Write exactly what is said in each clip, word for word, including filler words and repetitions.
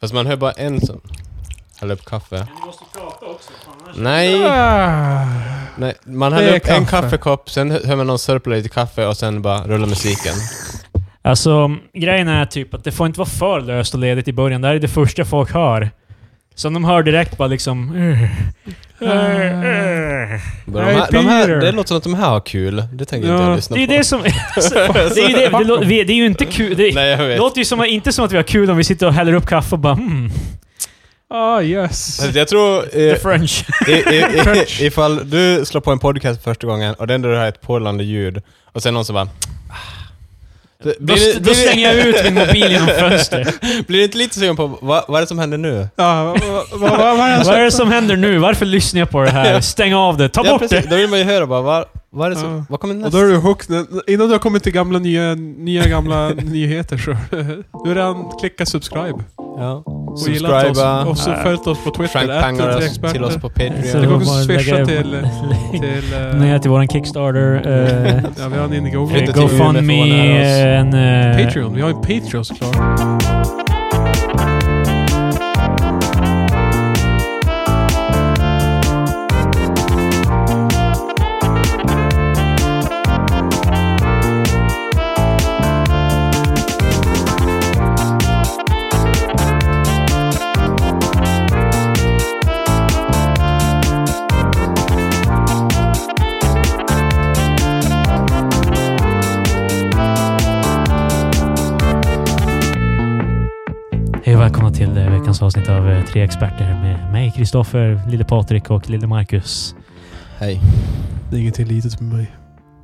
Fast man hör bara en som häller upp kaffe. Men du måste prata också. Fan, Nej. Ah. Nej, man häller upp kaffe. en kaffekopp, sen hör man någon sörpla lite kaffe och sen bara rullar musiken. Alltså, grejen är typ att det får inte vara för löst och ledigt i början. Det här är det första folk hör. Så de hör direkt bara liksom... Uh, uh, uh. De här, de här, det låter som att de här har kul. Det tänker ja. inte jag lyssna det är på. Det som... alltså, det är ju det, det, lå, vi, det är ju inte kul. Det Nej, jag vet. låter ju som, inte som att vi har kul om vi sitter och häller upp kaffe och bara... Hmm. Ah, yes. Alltså, jag tror... Eh, The French. i, i, i, ifall du slår på en podcast första gången och den där du har ett porlande ljud och sen någon som bara... Det, då, det, då slänger jag ut min mobil genom fönstret. Blir det inte lite sugen på vad, vad är det som händer nu? Ja, vad, vad, vad, vad, är det vad är det som händer nu? Varför lyssnar jag på det här? Stäng av det. Ta ja, bort precis. det. Då vill man ju höra bara, vad, vad är det som... Ja. Vad kommer nästa? Och då är du hooked. Innan du har kommit till gamla, nya, nya gamla nyheter så... Du har redan klickat subscribe. Ja. Och gillat oss. Och så följt oss på Twitter. Frank pangar oss till oss på Patreon. Det går också swisha till... till uh, Nej, till våran Kickstarter. Uh, ja, vi har en Indiegogo. GoFundMe. En... Uh, Patreon. Vi har en Patreon såklart. Välkomna till veckans avsnitt av Tre Experter med mig, Kristoffer, Lille Patrik och Lille Marcus. Hej. Det är ingenting litet med mig.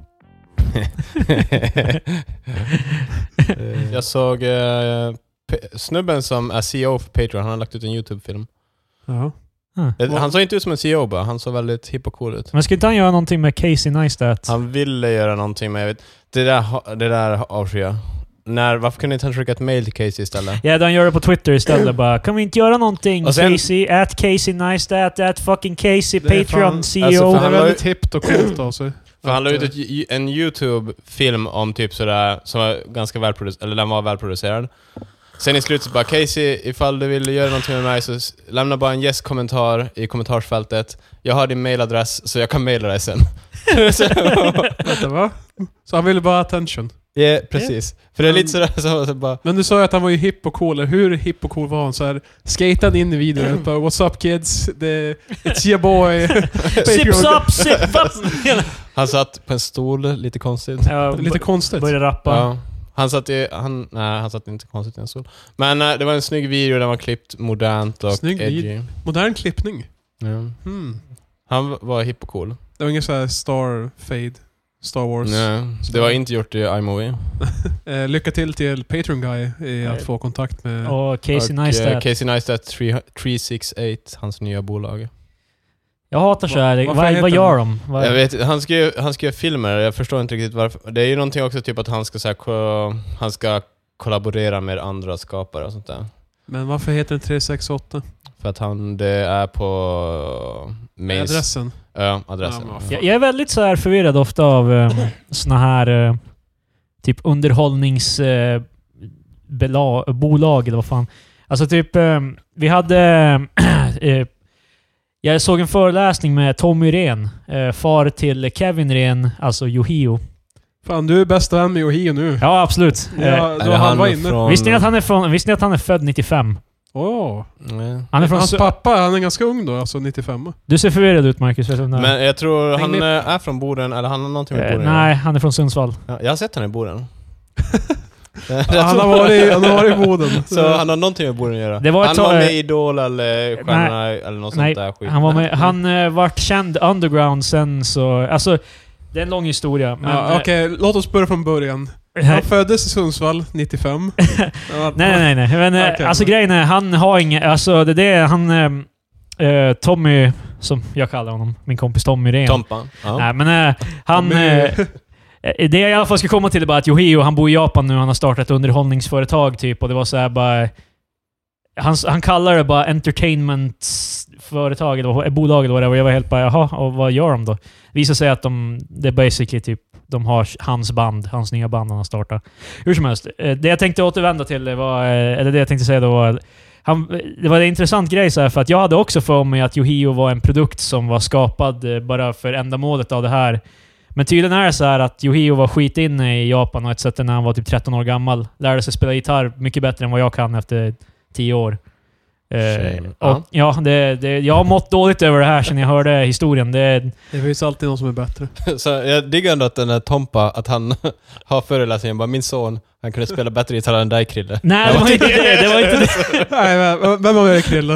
Jag såg uh, snubben som är C E O för Patreon. Han har lagt ut en YouTube-film. Ja. Ah. Han såg inte ut som en C E O bara. Han såg väldigt hipp och cool ut. Men ska inte han göra någonting med Casey Neistat? Han ville göra någonting med... Jag vet, det där, det där avskyr. När, varför kunde inte han skicka ett mail till Casey istället? Ja, han gör det på Twitter istället bara. Kan vi inte göra någonting? Sen, Casey, at Casey Neistat, at fucking Casey, Patreon, fan, C E O. Alltså, det är väldigt hippt och coolt alltså. För han la ut ett, en YouTube-film om typ sådär, som var ganska välproducerad, eller den var välproducerad. Sen i slutet bara, Casey, ifall du vill göra någonting med mig så lämna bara en yes-kommentar i kommentarsfältet. Jag har din mailadress så jag kan maila dig sen. Vänta, va? Så han ville bara ha attention. Ja, yeah, precis. Yeah. För det är lite sådär så, så bara... Men du sa ju att han var ju hipp och cool. Hur hipp och cool var han? Så här, skatade in i videon. Bara, what's up kids? The, it's your boy. Sips up, sips up! Han satt på en stol, lite konstigt. Ja, lite konstigt. Började rappa. Ja. Han satt i... Han, nej, han satt inte konstigt i en stol. Men äh, det var en snygg video, den var klippt modernt och snygg edgy. Vid- modern klippning. Ja. Hmm. Han var hipp och cool. Det var ingen sån här star fade. Star Wars. Nej, det var inte gjort i iMovie. eh, lycka till till Patreon Guy i att få kontakt med... Och Casey Neistat. Uh, Casey Neistat tre sex åtta, hans nya bolag. Jag hatar så här. Va, vad, vad gör de? Vad? Jag vet, han ska ju, han ska göra filmer. Jag förstår inte riktigt varför. Det är ju någonting också typ att han ska, så här, ko- han ska kollaborera med andra skapare och sånt där. Men varför heter den tre sex åtta? För att han, det är på... Mains. Adressen? Ja, adressen. Ja, jag, jag är väldigt så här förvirrad ofta av eh, såna här eh, typ underhållnings eh, bela- bolag eller vad fan. Alltså typ, eh, vi hade eh, jag såg en föreläsning med Tommy Ren, eh, far till Kevin Ren, alltså Yohio. Fan, du är bästa vän med Yohio nu. Ja, absolut. Ja, eh, då han var inne. Från... Visste ni att han är från, visste ni att han är född nittiofem? Åh. Mm. Han är från Hans Su- pappa, han är ganska ung då, alltså nittiofem. Du ser förvirrad ut, Marcus. Men jag tror han med... är från Boden, eller han har någonting med Boden. Eh, nej, han är från Sundsvall. Ja, jag har sett han i Boden. Ja, han, har varit, han har varit i Boden. Så han har någonting med Boden att göra. Det var han ta- var med i Idol eller Stjärnorna nej, eller något nej, sånt där skit. Han var med, han uh, vart känd underground sen så... Alltså, det är en lång historia. Men, ja, Okej, okay, låt oss börja från början. Han föddes i Sundsvall nittiofem. nej, nej, nej. Men, okay, alltså men. Grejen är, han har inget... Alltså det är han... Uh, Tommy, som jag kallar honom. Min kompis Tommy Ren. Tompan. Ja. Nej, men uh, han... Uh, det jag i alla fall ska komma till är bara att Yohio, han bor i Japan nu. Han har startat ett underhållningsföretag typ. Och det var så här bara... Han, han kallar det bara entertainment-företag eller bolag eller vad det. Och jag var helt bara, jaha, och vad gör de då? Visar sig att de... Det är basically typ... De har hans band, hans nya band han har startat. Hur som helst. Det jag tänkte återvända till var... Eller det jag tänkte säga då var... han, det var en intressant grej så här, för att jag hade också för mig att Yohio var en produkt som var skapad eh, bara för ändamålet av det här. Men tydligen är det så här att Yohio var skit inne i Japan och ett sätt när han var typ tretton år gammal. Lärde sig spela gitarr mycket bättre än vad jag kan efter tio år. Eh, och, ja, det, det, jag har mått dåligt över det här sen jag hörde historien. Det, det finns alltid någon som är bättre. Så jag diggar ändå att den här Tompa, att han har föreläsningen bara, min son, han kunde spela bättre gitarr än dig, Krille. Nej, det var inte det. Det var inte det. Nej, men, vem var det, Krille?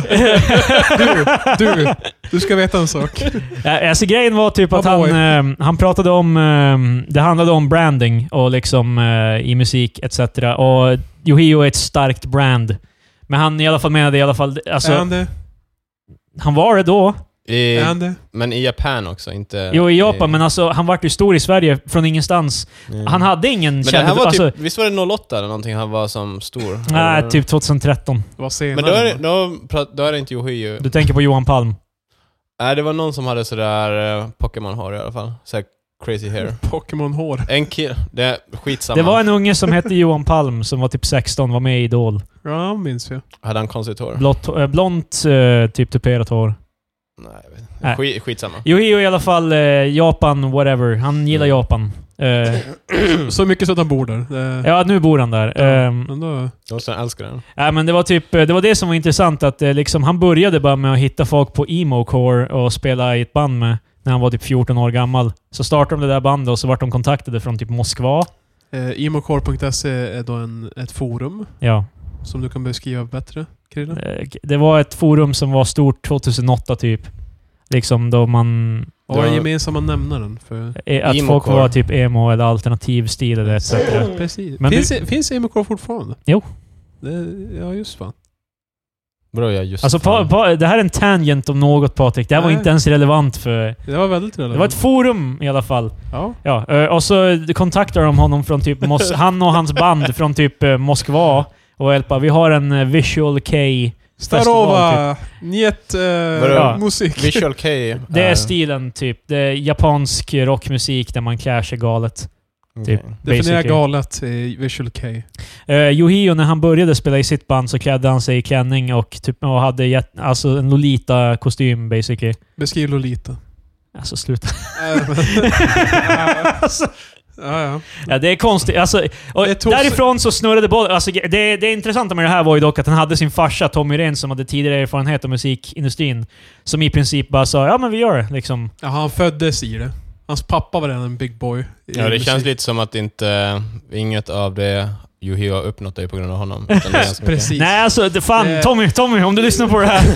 Du, du, du ska veta en sak. Ja, alltså grejen var typ att han, eh, han pratade om, eh, det handlade om branding och liksom eh, i musik et cetera. Och Yohio är ett starkt brand. Men han i alla fall menade i alla fall... Alltså, är han det? Han var det då. I, är han det? Men i Japan också, inte... Jo, i Japan, i, men alltså han var ju stor i Sverige från ingenstans. Mm. Han hade ingen... Men känd, det här var alltså, typ... Visst var det noll åtta eller någonting han var som stor? Nej, äh, typ tjugohundratretton. Det var senare. Men då är, då, då är det inte Yohio. Du tänker på Johan Palm? Nej, det var någon som hade sådär uh, Pokémon-hår i alla fall. Så crazy hair. Pokémon-hår. En kille. Det är skitsamma. Det var en unge som hette Johan Palm som var typ sexton, var med i Idol. Ja, minns jag. Hade han konstigt hår? Blott, äh, blont, äh, typ tuperat hår. Nej, jag vet inte. Äh. Skit, skitsamma. Yohio i alla fall, äh, Japan, whatever. Han gillar mm. Japan. Uh, så mycket så att han bor där. Det... Ja, nu bor han där. Ja, um, men då... Jag älskar den. Ja, men det var typ det var det som var intressant att liksom, han började bara med att hitta folk på emo-core och spela i ett band med när han var typ fjorton år gammal. Så startade de det där bandet och så vart de kontaktade från typ Moskva. Eh, emocore punkt se är då en, ett forum. Ja. Som du kan beskriva bättre, Krille? Eh, det var ett forum som var stort tjugohundraåtta typ. Liksom då man... Vad var den gemensamma nämnaren för... Att emo folk var typ emo eller alternativ stil eller et cetera. Precis. Men finns, du... finns emocore fortfarande? Jo. Det, ja, just fan. Bra, ja, just alltså, pa, pa, det här är en tangent om något, Patrik. Det här Nej. var inte ens relevant för... Det var väldigt relevant. Det var ett forum i alla fall. Ja. Ja, och så kontaktade de honom från typ... Mos han och hans band från typ Moskva. Och hjälpa. Vi har en Visual K... Starova! Typ. Njet uh, ja. musik. Visual K. Det är stilen typ. Det är japansk rockmusik där man klär sig galet. Okay. Typ, definiera galet i Visual K. Uh, Yohio, när han började spela i sitt band så klädde han sig i klänning och, typ, och hade get, alltså en Lolita-kostym basically. Beskriv Lolita. Alltså sluta. alltså. Ja, ja. Ja, det är konstigt. Alltså, och därifrån så snurrade bollen. Alltså, det, det intressanta med det här var ju dock att han hade sin farsa Tommy Ren som hade tidigare erfarenhet av musikindustrin. Som i princip bara sa, ja men vi gör det. Liksom. Ja, han föddes i det. Hans pappa var redan en big boy. Ja, det musik. Känns lite som att inte inget av det Yohio har uppnått det på grund av honom. Utan det är precis. Nej, alltså det, fan, det... Tommy, Tommy, om du lyssnar på det här.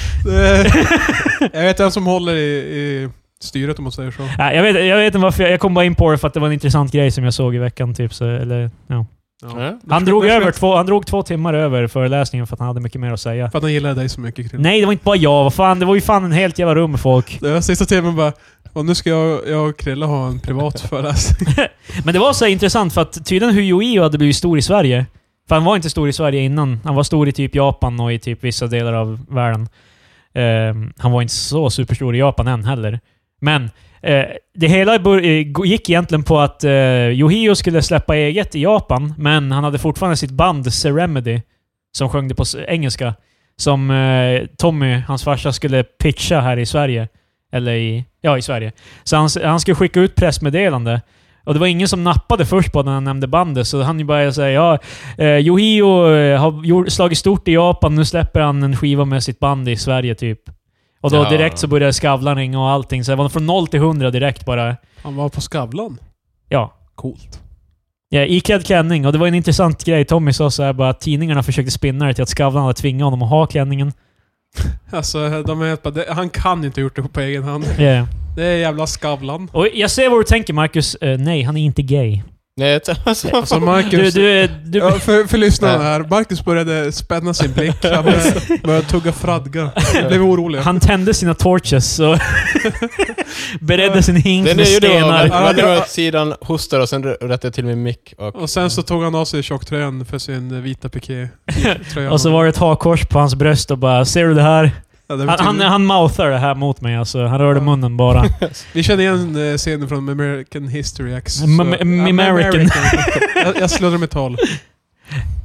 Jag vet vem som håller i... i... styret om man säger så. Ja, jag, vet, jag vet inte varför jag, jag kom bara in på det för att det var en intressant grej som jag såg i veckan typ så, eller ja. Ja. Ja. Han drog över två han drog två timmar över föreläsningen för att han hade mycket mer att säga. För att han gillade dig så mycket, Krille. Nej, det var inte bara jag. Vad fan, det var ju fan en helt jävla rum med folk. Det var sista timmen bara och nu ska jag, jag och Krille ha en privat föreläsning. Men det var så intressant för att tydligen hur Yohio hade blivit stor i Sverige. För han var inte stor i Sverige innan. Han var stor i typ Japan och i typ vissa delar av världen. Um, han var inte så superstor i Japan än heller. Men eh, det hela gick egentligen på att eh, Yohio skulle släppa eget i Japan, men han hade fortfarande sitt band Ceremedy som sjöng det på engelska. Som eh, Tommy, hans farsa, skulle pitcha här i Sverige. Eller i, ja, i Sverige. Så han, han skulle skicka ut pressmeddelande. Och det var ingen som nappade först på när han nämnde bandet, så han började säga ja, eh, Yohio eh, har gjort, slagit stort i Japan, nu släpper han en skiva med sitt band i Sverige typ. Och då ja. direkt så började Skavlan ringa och allting. Så det var från noll till hundra direkt bara. Han var på Skavlan? Ja. Coolt. Ja, iklädd klänning. Och det var en intressant grej. Tommy sa så här bara att tidningarna försökte spinna det till att Skavlan hade tvingat honom att ha klänningen. Alltså, de är bara, det, han kan inte gjort det på egen hand. Yeah. Det är jävla Skavlan. Och jag ser vad du tänker, Marcus. Uh, nej, han är inte gay. Nej, alltså, alltså Marcus... Du, du, du, ja, för, för lyssnarna här. Marcus började spänna sin blick. Han började, började tugga fradga. Jag blev orolig. Han tände sina torches och beredde sin hink med stenar. Han drar åt sidan, hostar och sen rättade till min mick. Och, och sen så tog han av sig tjocktröjan för sin vita piké. Och så var det ett hakkors på hans bröst och bara, ser du det här? Ja, det han, han, han mouthar det här mot mig, alltså. Han rörde ja. munnen bara. Vi känner igen uh, scenen från American History X. M- M- American. jag, jag slår med tal.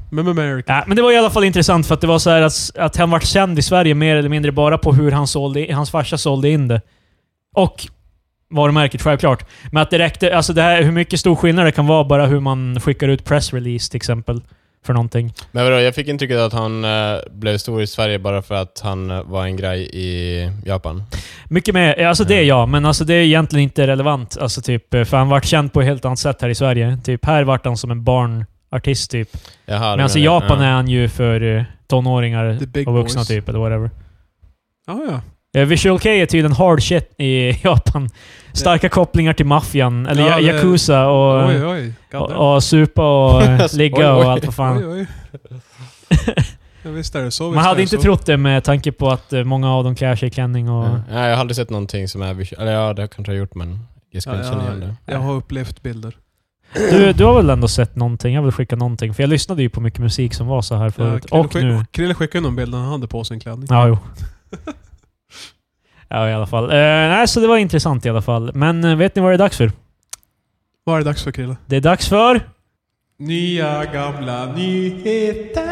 Men America. Ja, men det var i alla fall intressant för att det var så här att, att han var känd i Sverige mer eller mindre bara på hur han sålde, hans farsa sålde in det. Och varumärket självklart. Men att det räckte, alltså det här, hur mycket stor skillnad det kan vara bara hur man skickar ut pressrelease till exempel för någonting. Men vadå, jag fick intrycket att han äh, blev stor i Sverige bara för att han äh, var en grej i Japan. Mycket mer, alltså det är ja, men alltså det är egentligen inte relevant. Alltså typ, för han vart känd på ett helt annat sätt här i Sverige. Typ här vart han som en barnartist typ. Jaha, men alltså i Japan ja. är han ju för uh, tonåringar och vuxna boys. typ, eller whatever. Ja, ja. Uh, Visual K är tydligen hard shit i Japan. Starka det. kopplingar till maffian, eller ja, Yakuza och, oj, oj. och, och supa och ligga oj, oj. och allt vad fan. Oj, oj. Ja, visst är det så. Man hade inte så. trott det med tanke på att uh, många av dem klär sig i klänning och... Ja. Nej, jag har aldrig sett någonting som är visual. Eller ja, det kanske jag har gjort, men jag ska ja, inte känna igen det. Jag har upplevt bilder. Du, du har väl ändå sett någonting? Jag vill skicka någonting. För jag lyssnade ju på mycket musik som var så här förut. Ja, och skick, nu... Krille skickade någon bild när han hade på sin klädning. Ja, jo. Ja, i alla fall. Uh, nej, så det var intressant i alla fall. Men uh, vet ni vad det är dags för? Vad är det dags för, Krille? Det är dags för... Nya gamla nyheter.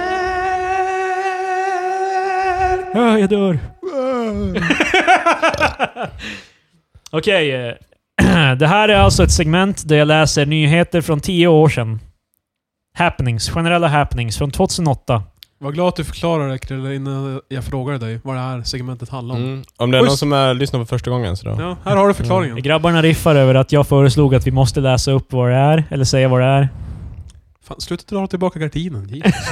Ja, jag dör. Okej. Okay, uh, det här är alltså ett segment där jag läser nyheter från tio år sedan. Happenings. Generella happenings från tjugohundraåtta. Var glad att du förklarade det, Krille, innan jag frågade dig vad det här segmentet handlar om. Mm. Om det är Oj. någon som är lyssnar på första gången så då. Ja, här har du förklaringen. Mm. Grabbarna riffar över att jag föreslog att vi måste läsa upp vad det är, eller säga vad det är. Fan, sluta dra tillbaka gardinen.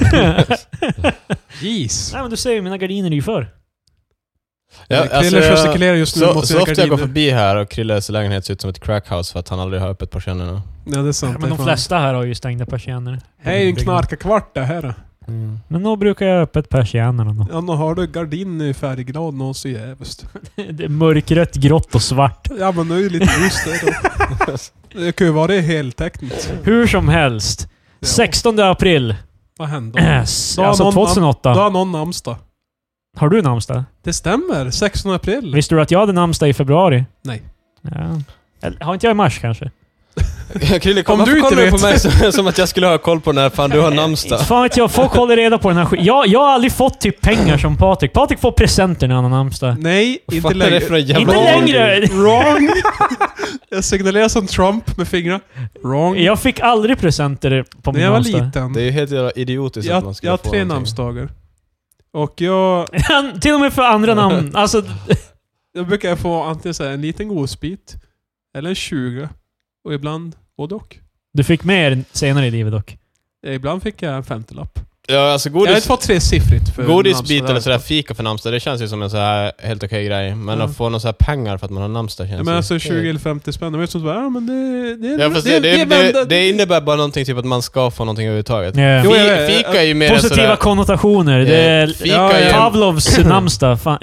Jeez. Nej, men du säger mina gardiner är ju för. Ja, Krille alltså, jag, gestikulerar just nu så, mot så sina ofta jag går gardiner. förbi här och Krilles lägenhet ser ut som ett crackhouse för att han aldrig har öppet på kännerna. Ja, det är sant. Ja, men de flesta här har ju stängda persienner. Hej, en knarkarkvart det här. Mm. Men då brukar jag öppet persiennerna då. Ja, nu har du gardin i färggrad någon så jävligt. Det är mörkrött, grått och svart. Ja, men nu är det lite ljust där då. Det kan ju vara det heltäckligt. Hur som helst. Ja. sextonde april. Vad hände? Äh, Då har alltså någon tjugohundraåtta. Då har någon namnsdag. Har du namnsdag? Det stämmer. sextonde april. Visste du att jag hade namnsdag i februari? Nej. Ja. Eller, har inte jag i mars kanske? Krille, kom, Om du varför inte kollar du vet. på mig som, som att jag skulle ha koll på när fan du har namnsdag? Fan vet jag, folk håller reda på den här skiten. Jag, jag har aldrig fått typ pengar som Patrik. Patrik får presenter när han har namnsdag. Nej, Vad inte fan är det längre. för en jävla Inte längre! Wrong! Jag signalerar som Trump med fingrar. Wrong. Jag fick aldrig presenter på min När jag var namnsdag. liten. Det är ju helt jävla idiotiskt att man Jag, skulle jag har få tre någonting. namnsdagar. Och jag... Till och med för andra namn. Alltså, Jag brukar få antingen så här en liten godisbit eller en tjugo. Och ibland både och. du fick mer senare i livet dock. Ibland fick jag en femtiolapp. Ja, alltså Jag har godis, inte fått tresiffrigt för godisbit namnsdag. eller sådär fika för namnsdag, det känns ju som en så här helt okej grej. Men Ja. att få någon så här pengar för att man har namnsdag känns Ja, men ju- alltså tjugo eller femtio spänn. Men så bara, ja men det... det, Ja, fast det, det, det, vända- det innebär bara någonting typ att man ska få någonting överhuvudtaget. Ja. Jo, Fi, jag vet. fika är ju mer en Positiva sådär... konnotationer. Det är Fika Ja, är ju... ja. Pavlovs namnsdag. Fan.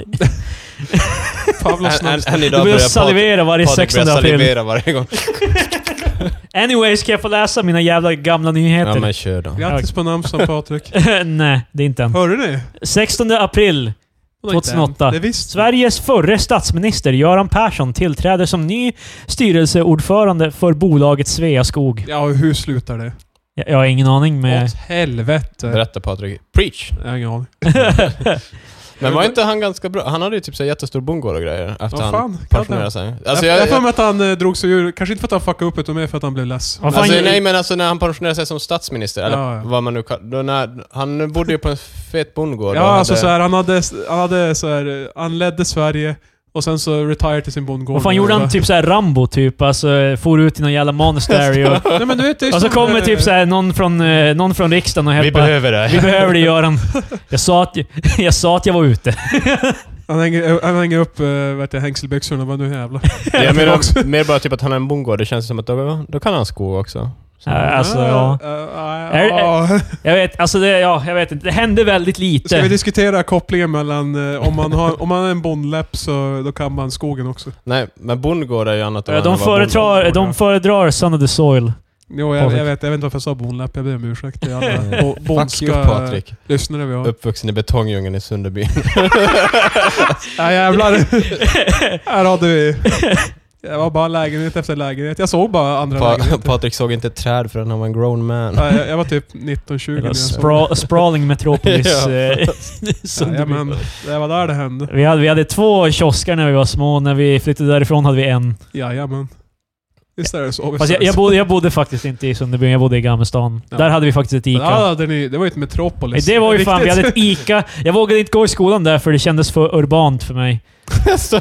Pavlos Än, än, namnsdag. än Du idag börjar börjar salivera varje Patrik börjar sextonde april. salivera varje gång. Anyway, ska jag få läsa mina jävla gamla nyheter? Ja men kör då. Grattis på namnsdagen, Patrik. Nej, det är inte än. Hörde ni? sextonde april tjugohundraåtta. Det visst. Sveriges förre statsminister Göran Persson tillträder som ny styrelseordförande för bolaget Sveaskog. Ja, och hur slutar det? Jag, jag har ingen aning med... Åt helvete. Berätta Patrik. Preach! Jag har ingen aning. Men var inte han ganska bra? Han hade ju typ så här jättestor bondgård och grejer efter Vad han fan? pensionerade sig. Alltså jag jag, jag får jag, med att han eh, drog sig ur, kanske inte för att han fuckade upp utan mer för att han blev less. Vad fan, alltså, jag- nej men alltså när han pensionerade sig som statsminister, eller Ja, ja. vad man nu kallar då när, han bodde ju på en fet bondgård. Ja, och alltså hade, så här, han hade, han hade så här, han ledde Sverige och sen så retired till sin bondgård. Vad fan gjorde han? Typ såhär Rambo typ? Alltså, for ut i någon jävla monastery och... Nej, men du vet, det är Och så som, kommer eh, typ såhär någon från, eh, någon från riksdagen och vi helt bara, behöver det. vi behöver det Göran. Jag sa att, jag sa att jag var ute. Han hänger, han hänger upp uh, vet jag, hängselbyxorna, vad nu jävlar. Jag menar mer bara typ att han är en bondgård, det känns som att då, då kan han sko också. Så. Ja, alltså, ja. Uh, uh, Är- uh, Jag vet, alltså det, ja, jag vet inte. Det hände väldigt Ska vi lite. diskutera kopplingen mellan, uh, om man har om man är en bondläpp så då kan man skogen också. Nej, men bondgård är ju annat än Ja, att de, vara föredrar, bondgård. de föredrar Son of the Soil. Jo, jag, Patrik. jag, vet, jag vet inte varför jag sa bondläpp, jag ber om ursäkt till alla bo, Fuck you bondska Patrik. lyssnare vi har. Uppvuxen i betongdjungeln i Sunderbyn. Ja jävlar. Här hade vi Jag var bara lägenhet efter lägenhet. Jag såg bara andra Pa- lägenheter. Patrik såg inte ett träd förrän han var en grown man. Ja, jag, jag var typ nitton tjugo när jag såg det. Spra- sprawling Metropolis. Ja. eh, Ja, Sunderby. men det var där det hände. vi, hade, vi hade två kiosker när vi var små. När vi flyttade därifrån hade vi en. Jajamän. Visst är det så. Visst Fast är jag, det jag, så. bodde, jag bodde faktiskt inte i Sunderby, jag bodde i Gammelstaden. Ja. Där hade vi faktiskt ett Men Ica. där hade ni, det var ju ett Metropolis. Det var ju fan, vi Riktigt. hade ett Ica. Jag vågade inte gå i skolan där för det kändes för urbant för mig. Så.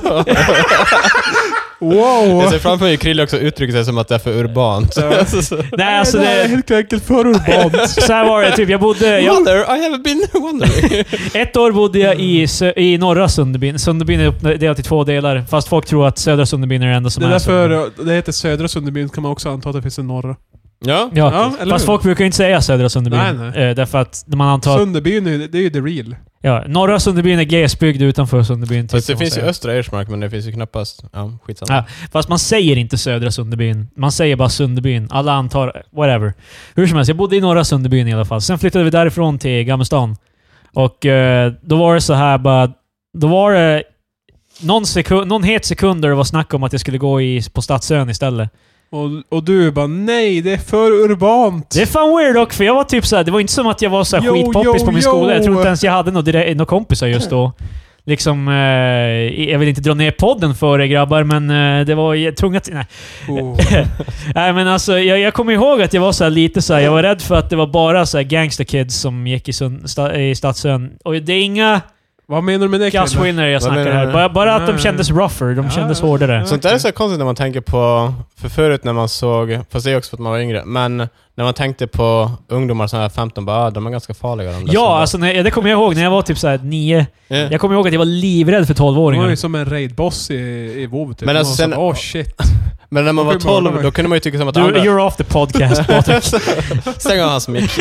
Wow! Jag ser framför mig Krille också uttrycker sig som att det är för urbant. Ja. Nej, alltså det är det... helt enkelt för urbant. Så här var det, typ. Jag bodde... Jag, Mother, I have been wondering. ett år bodde jag i, sö- i norra Sunderbyn. Sunderbyn är uppdelat i två delar. Fast folk tror att södra Sunderbyn är det enda som Det är är därför Sunderbyn. det heter södra Sunderbyn, kan man också anta att det finns en norra. Ja. Ja, Ja, eller fast hur? folk brukar inte säga södra Sunderbyn. Nej, nej. Eh, därför att man antar att... Sunderbyn, är ju- det är ju the real. Ja, norra Sunderbyn är glesbygd utanför Sunderbyn. Typ, Fast det kan man finns ju säga. östra Ersmark, men det finns ju knappast... Ja, skitsamma. Ja, fast man säger inte södra Sunderbyn. Man säger bara Sunderbyn. Alla antar... Whatever. Hur som helst, jag bodde i norra Sunderbyn i alla fall. Sen flyttade vi därifrån till Gammelstaden. Och eh, då var det så här bara... Då var det... Någon, sekund, någon het sekund där det var snack om att jag skulle gå i, på Stadsön istället. Och, och du bara nej, det är för urbant. Det är fan weird dock, för jag var typ såhär... Det var inte som att jag var så här Jo, skitpoppis jo, på min jo. skola. Jag tror inte ens jag hade några direkt- några kompisar just då. Liksom... Eh, jag vill inte dra ner podden för er grabbar, men eh, det var jag tvunget... Nej. Oh. Nej men alltså, jag, jag kommer ihåg att jag var så här lite så här, jag var rädd för att det var bara så här gangster kids som gick i, Sund, sta, i Stadsön. Och det är inga Vad menar du med det, Krille? klasskillnader jag Vad snackar menar här. du? Bara, bara att de Nej. kändes rougher, de Ja, kändes ja. hårdare. Ja. Sånt där är så konstigt när man tänker på... För förut när man såg... Fast det är också för att man var yngre. Men när man tänkte på ungdomar som är femton, bara ah, de är ganska farliga. De där som Ja, bara- alltså när, det kommer jag ihåg när jag var typ så här nio. Ja. Jag kommer ihåg att jag var livrädd för Det var tolvåringar. ju som en raidboss i, i WoW typ. Men alltså Man var sen- så, åh shit. Men när man var De kommer mörda tolv, mig. då kunde man ju tycka som att Du, andra... you're off the podcast, Patrik. Stäng av hans mick.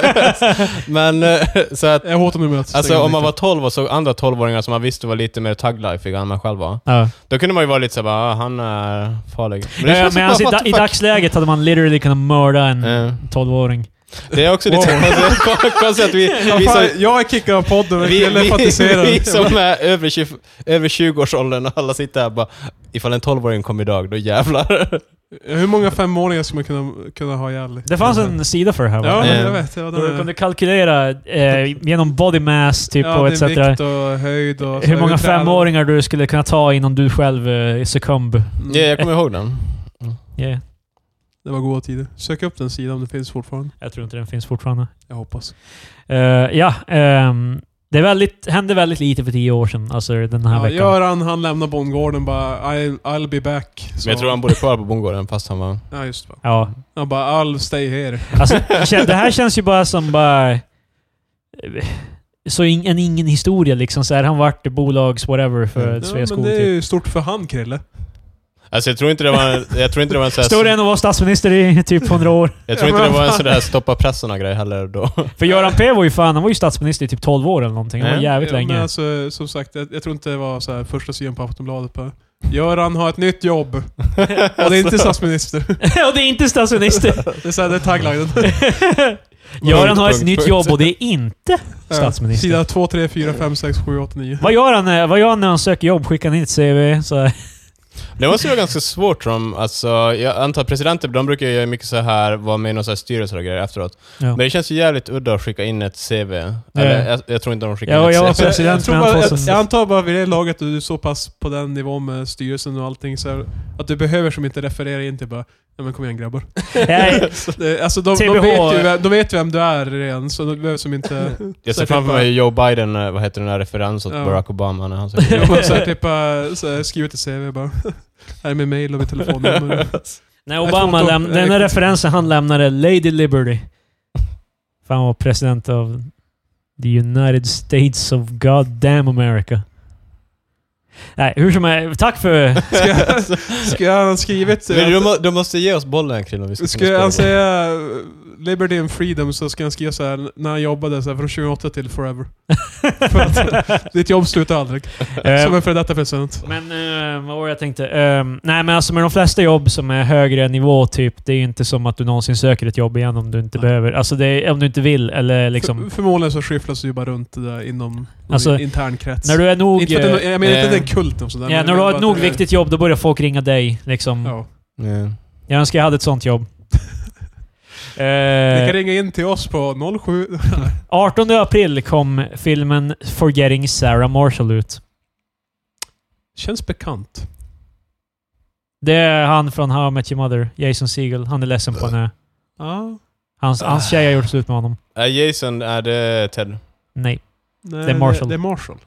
Men eh, så att... Jag hotar nu med att Alltså stänga om man var lite. tolv och såg andra tolvåringar som man visste var lite mer tag-life än man själv var. Ja. Då kunde man ju vara lite såhär bara, ah, han är farlig. det Ja, känns som men alltså, i, bara, da, what i the fuck? dagsläget hade man literally kunnat mörda en Ja. tolvåring. Det är också lite konstigt, konstigt att vi... Ja, vi fan, som, jag är kickad av podden och vi, Krille vi, fantiserar. vi som är över, tjugo, över tjugo-årsåldern och alla sitter här och bara, ifall en tolvåring kom idag, då jävlar. Hur många femåringar ska man kunna, kunna ha ihjäl? Det fanns en sida för det här va? Ja, Ja. jag vet. Ja, Då den du är- kunde kalkylera eh, genom body mass typ, ja, och din et cetera. vikt och höjd och... Hur många tränar. femåringar du skulle kunna ta innan du själv eh, succumb. Mm. Ja, jag kommer ihåg den. Yeah. Det var goda tider. Sök upp den sidan om det finns fortfarande. Jag tror inte den finns fortfarande. Jag hoppas. Eh, ja, ehm, det är väldigt, hände väldigt lite för tio år sedan. Alltså den här Ja, veckan. Göran, han lämnar bondgården bara I'll, I'll be back. Så, Men jag tror han bodde kvar på bondgården fast han var... Ja, just det. Ja. Han bara I'll stay here. Alltså, kä- det här känns ju bara som bara... eh, Så in, en ingen historia liksom. Så här, han vart bolags whatever för Ja, Sveaskog. men det är Typ. ju stort för han, Krille. Alltså jag tror inte det var, jag tror inte det var en sån här... Större än att vara statsminister i typ hundra år. Jag tror inte det var en sån där stoppa pressen-grej heller då. För Göran P var ju fan, han var ju statsminister i typ tolv år eller någonting. Han var Ja. jävligt Ja, länge. men alltså, som sagt, jag, jag tror inte det var så här första sidan på Aftonbladet på Göran har ett nytt jobb. Och det är inte statsminister. Och det är inte statsminister. Det är så här, det är taglinen. Göran har ett Punkt, nytt punkt. jobb och det är inte statsminister. Sida två, tre, fyra, fem, sex, sju, åtta, nio. Vad gör han, eh, vad gör han när han söker jobb? Skickar han in ett C V? Så här. Det måste vara ganska svårt tror de. Alltså, jag antar presidenter, de brukar ju göra mycket så här, vara med i någon så här styrelse och grejer efteråt. Ja. Men det känns ju jävligt udda att skicka in ett C V. Ja. Eller, jag, jag tror inte de skickar Ja, in ett jag var C V. president jag, tror med han bara, jag, tvåtusen. jag antar bara vid det laget att du är så pass på den nivån med styrelsen och allting så här, att du behöver som inte referera in till bara ja men kom igen grabbar. Nej, Det, alltså de, T de, B H vet ju, vem- de vet vem du är redan så de behöver som inte... Jag så ser här, framför typ, mig Joe Biden, eh, vad heter den här referens åt Ja. Barack Obama när han sa Ja, men så här, typ, uh, så här, skriv ett C V bara. Här är min mail och mitt telefonnummer. när Obama Jag tror läm- inte- den här jag- referensen han lämnade, Lady Liberty. För han var president av the United States of God damn America. Nej, hur som helst. Tack för... Ska, jag- ska han ha skrivit... Men du, må, du måste ge oss bollen kring om vi ska Ska han säga Liberty and Freedom så ska han skriva så här när han jobbade så här, från tjugoåtta till forever. För att ditt jobb slutar aldrig. Som en för detta president. Men uh, vad var det jag tänkte? Uh, nej men alltså med de flesta jobb som är högre nivå typ, det är inte som att du någonsin söker ett jobb igen om du inte nej. behöver. Alltså det är, om du inte vill eller liksom... För, förmodligen så skifflas du ju bara runt det där inom alltså, intern krets. När du är nog... Inte för att det, jag menar äh, inte den kulten och sådär. Ja, när du har ett nog viktigt jobb då börjar folk ringa dig liksom. Ja. Yeah. Jag önskar jag hade ett sånt jobb. Ni kan ringa in till oss på noll sju... artonde april kom filmen Forgetting Sarah Marshall ut. Känns bekant. Det är han från How I Met Your Mother, Jason Segel. Han är ledsen på henne. Ja. Hans, hans tjej har gjort slut med honom. Är Jason, är det Ted? Nej. Nej, det är Marshall. Det, det är Marshall.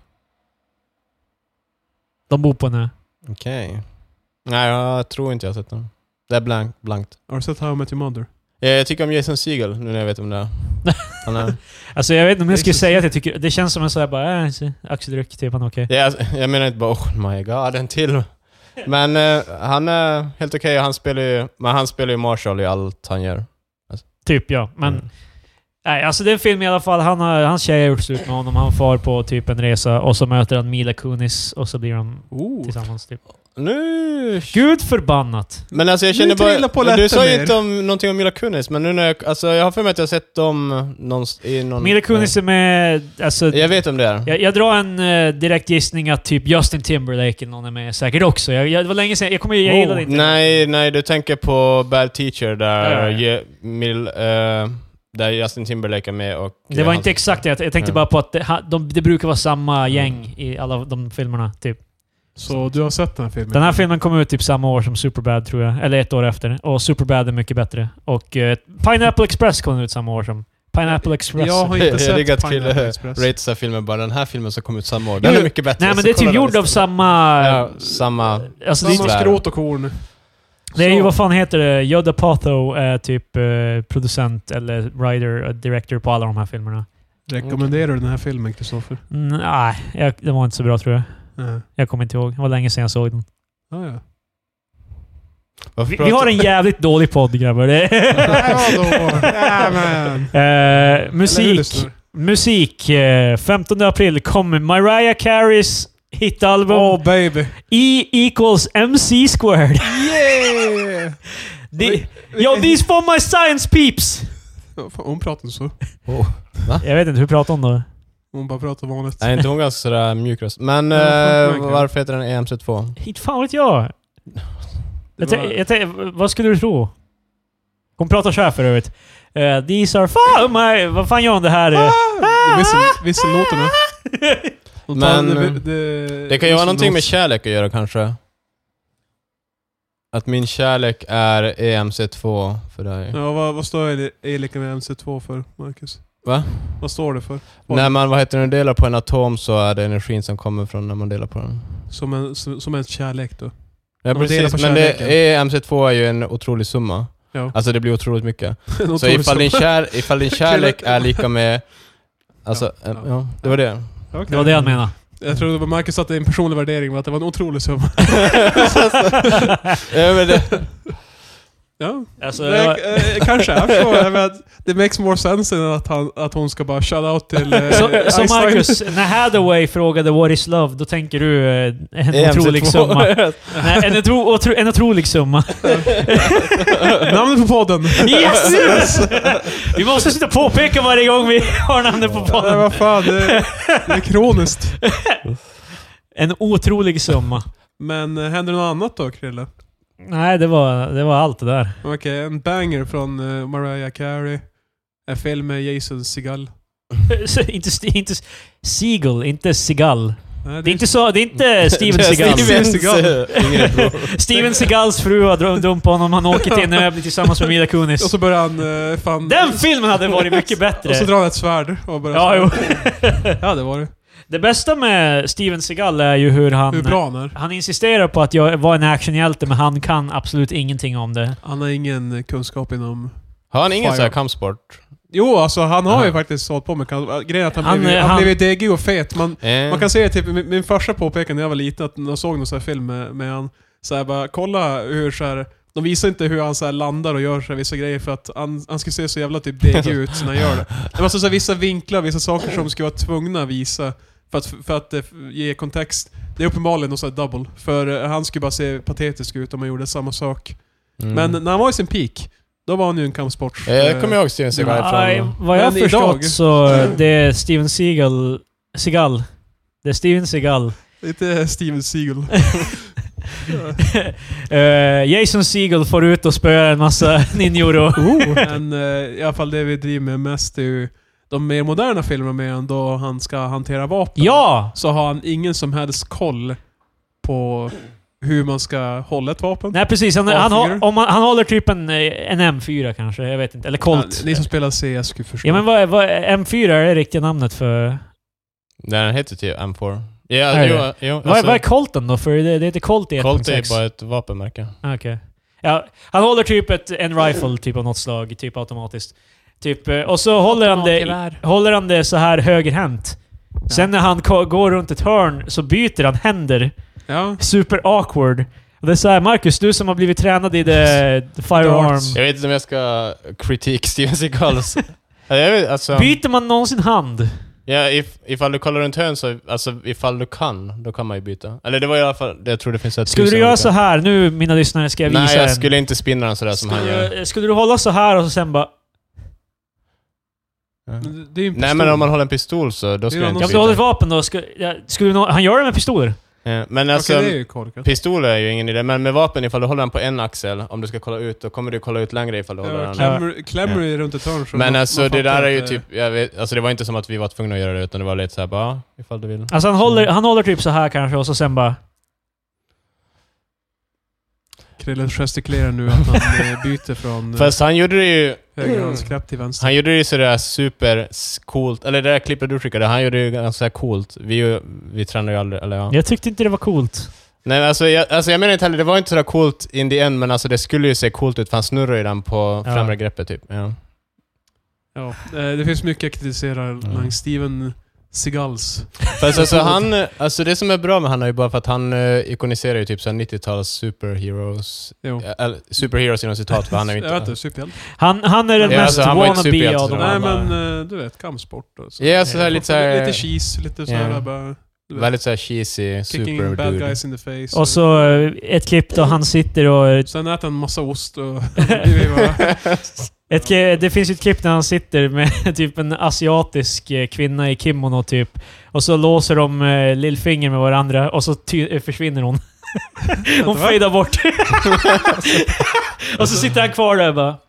De bor på henne. Okej. Okay. Nej, jag tror inte jag har sett den. Det är blank, blankt. Har du sett How I Met Your Mother? Jag tycker om Jason Segel, nu när jag vet om det är. Han är... alltså jag vet inte om jag skulle säga att jag tycker... Det känns som en sån här bara... Äh, axeldryck, typ. Han är okej. Okay. Jag, jag menar inte bara oh my god, en till. Men uh, han är helt okej. Okay. Han spelar ju... Men han spelar ju Marshall i allt han gör. Alltså. Typ, ja. Men... Mm. Nej, alltså det är en film i alla fall. Han har, hans tjej har gjort slut med honom. Han far på typ en resa och så möter han Mila Kunis och så blir de oh. tillsammans typ. Nu... Gud förbannat. Men alltså jag känner bara... Du sa ju inte om någonting om Mila Kunis, men nu när jag... Alltså jag har för mig att jag har sett dem någon, i någon... Mila Kunis är med... Alltså, jag vet om det är. Jag, jag drar en uh, direkt gissning att typ Justin Timberlake eller någon är med säkert också. Jag, jag, det var länge sedan. Jag kommer jag gillade oh. inte. Nej, nej, du tänker på Bad Teacher där... Ja, ja. Je, Mil, uh, där Justin Timberlake är med och... Det var inte exakt det. Jag, jag tänkte ja. bara på att det, de, det brukar vara samma gäng mm. i alla de filmerna, typ. Så du har sett den här filmen? Den här filmen kom ut typ samma år som Superbad, tror jag. Eller ett år efter. Och Superbad är mycket bättre. Och uh, Pineapple Express kom ut samma år som... Pineapple Express. Jag har inte jag, sett jag Pineapple Express. Rates av filmen bara, den här filmen som kom ut samma år. Den är mycket bättre. Nej, men det är typ gjord av samma... Ja, samma... Alltså, samma skrot och korn. Det är ju, vad fan heter det? Yoda Patho är typ uh, producent eller writer och director på alla de här filmerna. Rekommenderar du den här filmen, Kristoffer? Nej, jag, det var inte så bra, tror jag. Mm. Jag kommer inte ihåg. Det var länge sedan jag såg den. Ah, ja. Vi, vi har en jävligt dålig podd, grabbar. ja, uh, musik. Musik. Uh, femtonde april kommer Mariah Careys hitalbum. Oh baby. E equals M C squared. Yeah! The, yo, these for my science peeps! Hon pratar så. Oh. Va? Jag vet inte, hur pratar hon då? Hon bara pratar vanligt. Nej, inte hon ganska sådär mjuk röst. Men ja, uh, varför heter den E M C två? Inte fan vet jag. jag, var... jag, jag vad skulle du tro? Hon pratar så här för övrigt. Uh, these are for my... Vad fan gör hon det här? Ah, vissel, visselnoterna. Men det, det, det kan ju vara någonting med kärlek att göra kanske. Att min kärlek är E M C två för dig. Ja, vad, vad står det E lika med M C två för, Marcus? Va? Vad står det för? Vad? När man vad heter det, delar på en atom så är det energin som kommer från när man delar på den. Som en, som en kärlek då? Ja, precis. Men det, E M C två är ju en otrolig summa. Ja. Alltså det blir otroligt mycket. Så ifall din, kär, ifall din kärlek är lika med... Alltså, ja, ja. ja det var det. Okay. Det var det han menade. Jag tror att Marcus satte en personlig värdering med att det var en otrolig summa. ja, men det... Ja, alltså, det, var... eh, kanske. Jag det makes more sense än att, han, att hon ska bara shout out till eh, Så, så Marcus, när Hathaway frågade What is love, då tänker du eh, en E M C otrolig två. Summa. Nej, en, otro, otro, en otrolig summa. Namnet på podden. Yes! yes! Vi måste sitta och påpeka varje gång vi har namnet på podden. Ja, vad fan, det, det är kroniskt. En otrolig summa. Men äh, händer något annat då, Krille? Nej, det var, det var allt det där. Okej, okay, en banger från uh, Mariah Carey. En film med Jason Segel. inte, inte Segel, inte Segal. Nej, det, är inte så, det är inte Steven Seagal. Steven Seagal. Steven Seagals fru har dumpat honom. Han åker till en ö samman med Mila Kunis. Och så börjar han... Uh, fan, den filmen hade varit mycket bättre. Och så drar han ett svärd. Och ja, jo. ja, det var det. Det bästa med Steven Seagal är ju hur han... Hur bra han är. Han insisterar på att jag var en actionhjälte, men han kan absolut ingenting om det. Han har ingen kunskap inom... Har han ingen sån här kampsport? Jo, alltså han har uh-huh. ju faktiskt hållit på med grejen att han, han, blev, han, han blev degig och fet. Man, eh. man kan se typ, min, min farsa påpekade när jag var liten att när jag såg någon sån här film med, med han så här bara, kolla hur så här, De visar inte hur han så här landar och gör så här vissa grejer för att han, han ska se så jävla typ deg ut när han gör det. Det var så, så här, vissa vinklar, vissa saker som ska vara tvungna att visa för att, för att eh, ge kontext. Det är uppenbarligen något så här double. För han skulle bara se patetisk ut om han gjorde samma sak. Mm. Men när han var i sin peak, då var han ju en kampsport. Jag kommer ihåg Steven Seagal Nej, från... vad jag Men förstått idag- så det är Steven Seagal... Seagal. Det är Steven Seagal. Lite Steven Seagal. uh, Jason Segel får ut och spöar en massa ninjor och... Oh, men uh, i alla fall det vi driver med mest är ju de mer moderna filmerna med han då han ska hantera vapen. Ja! Så har han ingen som helst koll på hur man ska hålla ett vapen. Nej precis, han, han, har, om man, han håller typ en, en M fyra kanske, jag vet inte. Eller Colt. Ja, ni som spelar C S skulle förstå. Ja men vad, vad, M fyra är det riktiga namnet för... Den heter typ M fyra. Ja, Är jo, det? jo, Vad, alltså, vad är Colten då? För det, det heter Colt i ett punkt Colt är sex. bara ett vapenmärke. Okej. Okay. Ja, han håller typ ett, en rifle typ av något slag, typ automatiskt. Typ, eh, och så håller han, det, håller han det så här högerhänt. Ja. Sen när han ko- går runt ett hörn så byter han händer. Ja. Super awkward. Och det är så här, Marcus, du som har blivit tränad i the, the firearm. Jag vet inte om jag ska kritik Steven Seagals. jag vet, alltså, Byter man någonsin hand? ja, if, ifall du kollar runt hörn så, alltså ifall du kan, då kan man ju byta. Eller det var i alla fall, jag tror det finns ett Skulle du göra så här nu, mina lyssnare, ska jag visa Nej, jag en. skulle inte spinna den sådär som han gör. Skulle, skulle du hålla så här och så sen bara... Ja. Men det är ju en Nej, pistol. men om man håller en pistol så då skulle jag Ja, inte om du håller ett byta. vapen då, skulle, ja, skulle du nå, han gör det med pistoler? Ja, men alltså, Okej, det är ju korkat. pistol är ju ingen idé. Men med vapen, ifall du håller den på en axel, om du ska kolla ut, då kommer du kolla ut längre ifall du håller Ja, den. klämmer, klämmer Ja. runt ett hörn så Men man- alltså man det fattar där är ju att, typ, jag vet, alltså det var inte som att vi var tvungna att göra det, utan det var lite såhär bara, ja, ifall du vill. Alltså han håller, han håller typ så här kanske och så sen bara... Krille gestikulerar nu att han eh, byter från eh, Fast han gjorde det ju, högerhandsknapp till vänster. han gjorde det ju sådär super coolt, eller det där klippet du skickade, han gjorde det ju ganska coolt. Vi, ju- vi tränar ju aldrig, eller ja. Jag tyckte inte det var coolt. Nej men alltså jag, alltså jag menar inte heller, det var inte sådär coolt in the end, men alltså det skulle ju se coolt ut, för han snurrar ju den på Ja. främre greppet typ. Ja. Ja, eh, det finns mycket att kritisera mm. Steven Seagals. Fast alltså han, alltså det som är bra med han är ju bara för att han uh, ikoniserar ju typ såhär nittio-tals superheroes. Jo. Ja, eller superheroes inom citat, för han är ju Jag vet inte... inte, superhjälte. Han, han är den Ja, mest alltså, han var inte wannabe superhjälte, av så dem det var Nej alla. men eh, du vet, kampsport och så. Ja, så här lite såhär... Lite cheese, lite såhär Ja. bara... Du vet, Väldigt såhär cheesy, kicking super bad dude. guys in the face. Och så eh, ett klipp då han sitter och... Sen äter han massa ost och... det är bara, Ett, ki- det finns ju ett klipp där han sitter med typ en asiatisk eh, kvinna i kimono typ. Och så låser de eh, lillfinger med varandra och så ty- eh, försvinner hon. Hon Va? fejdar bort. Och så sitter han kvar där och bara...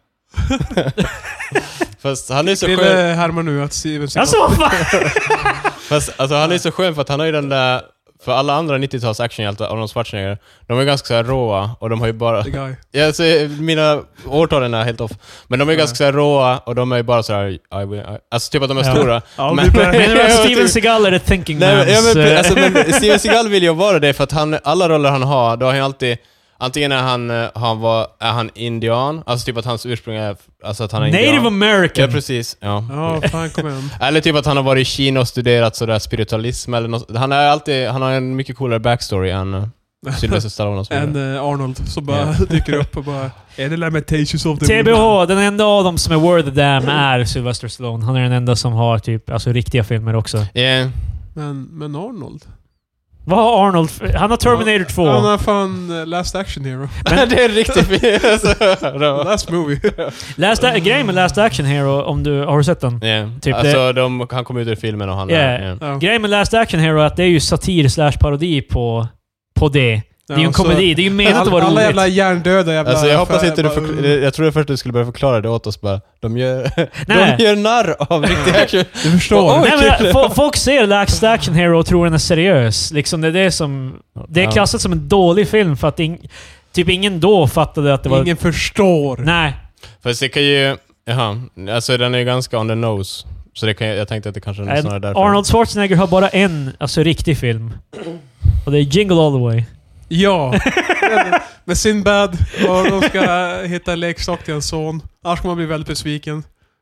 Fast han är så skön. Krille härmar nu att Steven Seagals... Alltså vad fan? Fast alltså han är så skön för att han har ju den där... För alla andra nittio-tals actionhjältar, Arnold Schwarzenegger, de är ju ganska så här råa och de har ju bara... The guy. Ja, alltså, mina årtalen är helt off. Men de är ju ganska så här råa och de är ju bara så här... I will, I, alltså typ att de är Ja. stora. Ja, Men- det är bara- Menar du att Ja, Steven typ- Seagal är ett thinking Nej, men, ja, man's... men, eh, alltså, men Steven Seagal vill ju vara det för att han, alla roller han har, då har han alltid... Antingen är han, eh, han var, är han indian, alltså typ att hans ursprung är... Alltså att han är Native indian. American. Ja, precis. Ja. Ja, fan kom igen. Eller typ att han har varit i Kina och studerat sådär spiritualism eller något. Han är alltid, han har en mycket coolare backstory än uh, Sylvester Stallone och så vidare. En uh, Arnold som bara Ja. dyker upp och bara... Är det Lamentations of the T B Moon? H, den enda av dem som är worth the damn är Sylvester Stallone. Han är den enda som har typ, alltså riktiga filmer också. Yeah. Men, men Arnold? Vad har Arnold för, han har Terminator två. Han har fan uh, Last Action Hero. Men det är riktigt fint. Alltså, Last movie. Last A- grejen med Last Action Hero, om du har du sett den? yeah. Typ alltså de, han kom ut ur filmen och han Yeah. är... Yeah. Ja. Grejen med Last Action Hero är att det är ju satir slash parodi på, på det. Det är ju en så- komedi, det är ju menat att vara alla roligt. jävla hjärndöda jävla... Alltså jag hoppas inte du bara- förkl- jag trodde först du skulle börja förklara det åt oss bara. De gör, Nej. de gör narr av riktig action. Du förstår. Oj. Nej, men, fo- folk ser Last Action Hero och tror den är seriös. Liksom, det är det som... Det är Ja. klassat som en dålig film för att ing, typ ingen då fattade att det var... Ingen förstår. Nej. Fast det kan ju... Jaha, alltså den är ju ganska on the nose. Så det kan, jag tänkte att det kanske är snarare därför. Arnold Schwarzenegger har bara en alltså, riktig film. Och det är Jingle All The Way. Ja. Med Sinbad och de ska hitta leksak till en son. Annars kommer man bli väldigt besviken.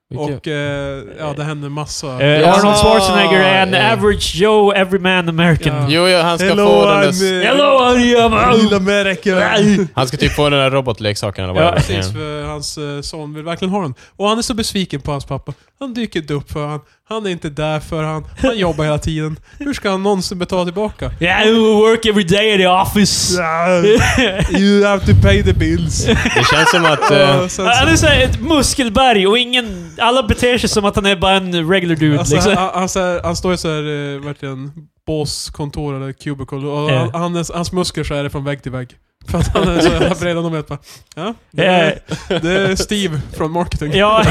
Och eh, ja, det händer massa. Uh, Arnold Schwarzenegger är en yeah. average Joe, everyman American. Ja. Jo, jo, han ska Hello, få den där... I'm, Hello, I'm America. Han ska typ få den där robotleksaken eller vad Ja, det är. Precis, för hans eh, son vill verkligen ha den. Och han är så besviken på hans pappa. Han dyker inte upp för han. Han är inte där för han. Han jobbar hela tiden. Hur ska han någonsin betala tillbaka? Yeah, I work every day at the office. You have to pay the bills. Det känns som att... eh, Och sen Han är så- såhär ett muskelberg och ingen... Alla beter sig som att han är bara en regular dude Alltså, liksom. han, han, så här, han står i så här, eh, verkligen bosskontor eller cubicle och Ja. han, han, är- hans muskler så är det från vägg till vägg. För att han är så jävla bred och de vet bara, ja, det är, det är Steve från marketing. Ja,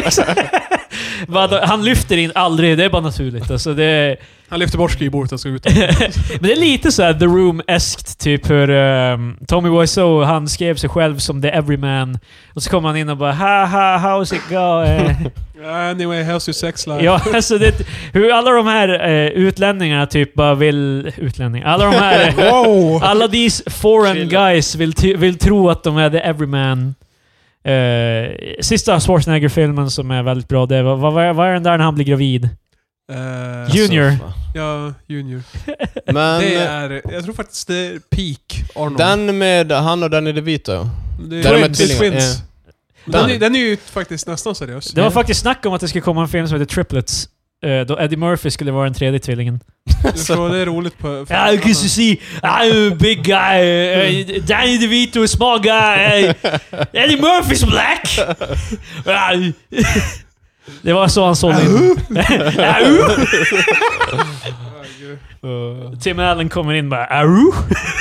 Vad- han lyfter in aldrig, det är bara naturligt. Alltså det, Han lyfter bort skrivbordet och ska ut. men det är lite så här The Room-eskt, typ hur um, Tommy Wiseau, han skrev sig själv som The Everyman. Och så kommer han in och bara ha ha, how's it going? Anyway, how's your sex life? Ja, alltså det, hur alla de här uh, utlänningarna typ bara vill... Utlänningar? Alla de här... Wow! alla these foreign Chill. guys vill, ty- vill tro att de är The Everyman. Uh, sista Schwarzenegger-filmen som är väldigt bra, det var, vad, vad, är- vad är den där när han blir gravid? Eh, Junior. så- ja, Junior. Men... Det är, jag tror faktiskt det är peak Arnold. Den med han och Danny DeVito. det, där de är det tvillingar, Twins. Den, Den- är, den är ju faktiskt nästan seriös. Det var faktiskt snack om att det skulle komma en film som heter Triplets. Uh, då Eddie Murphy skulle vara den tredje tvillingen. Jag tror det är roligt på... för- Ja, because you see, I'm a big guy. Uh, Danny DeVito is a small guy. Uh, Eddie Murphy's black. Uh, det var så han sålde in. Tim Allen kommer in och bara Aru?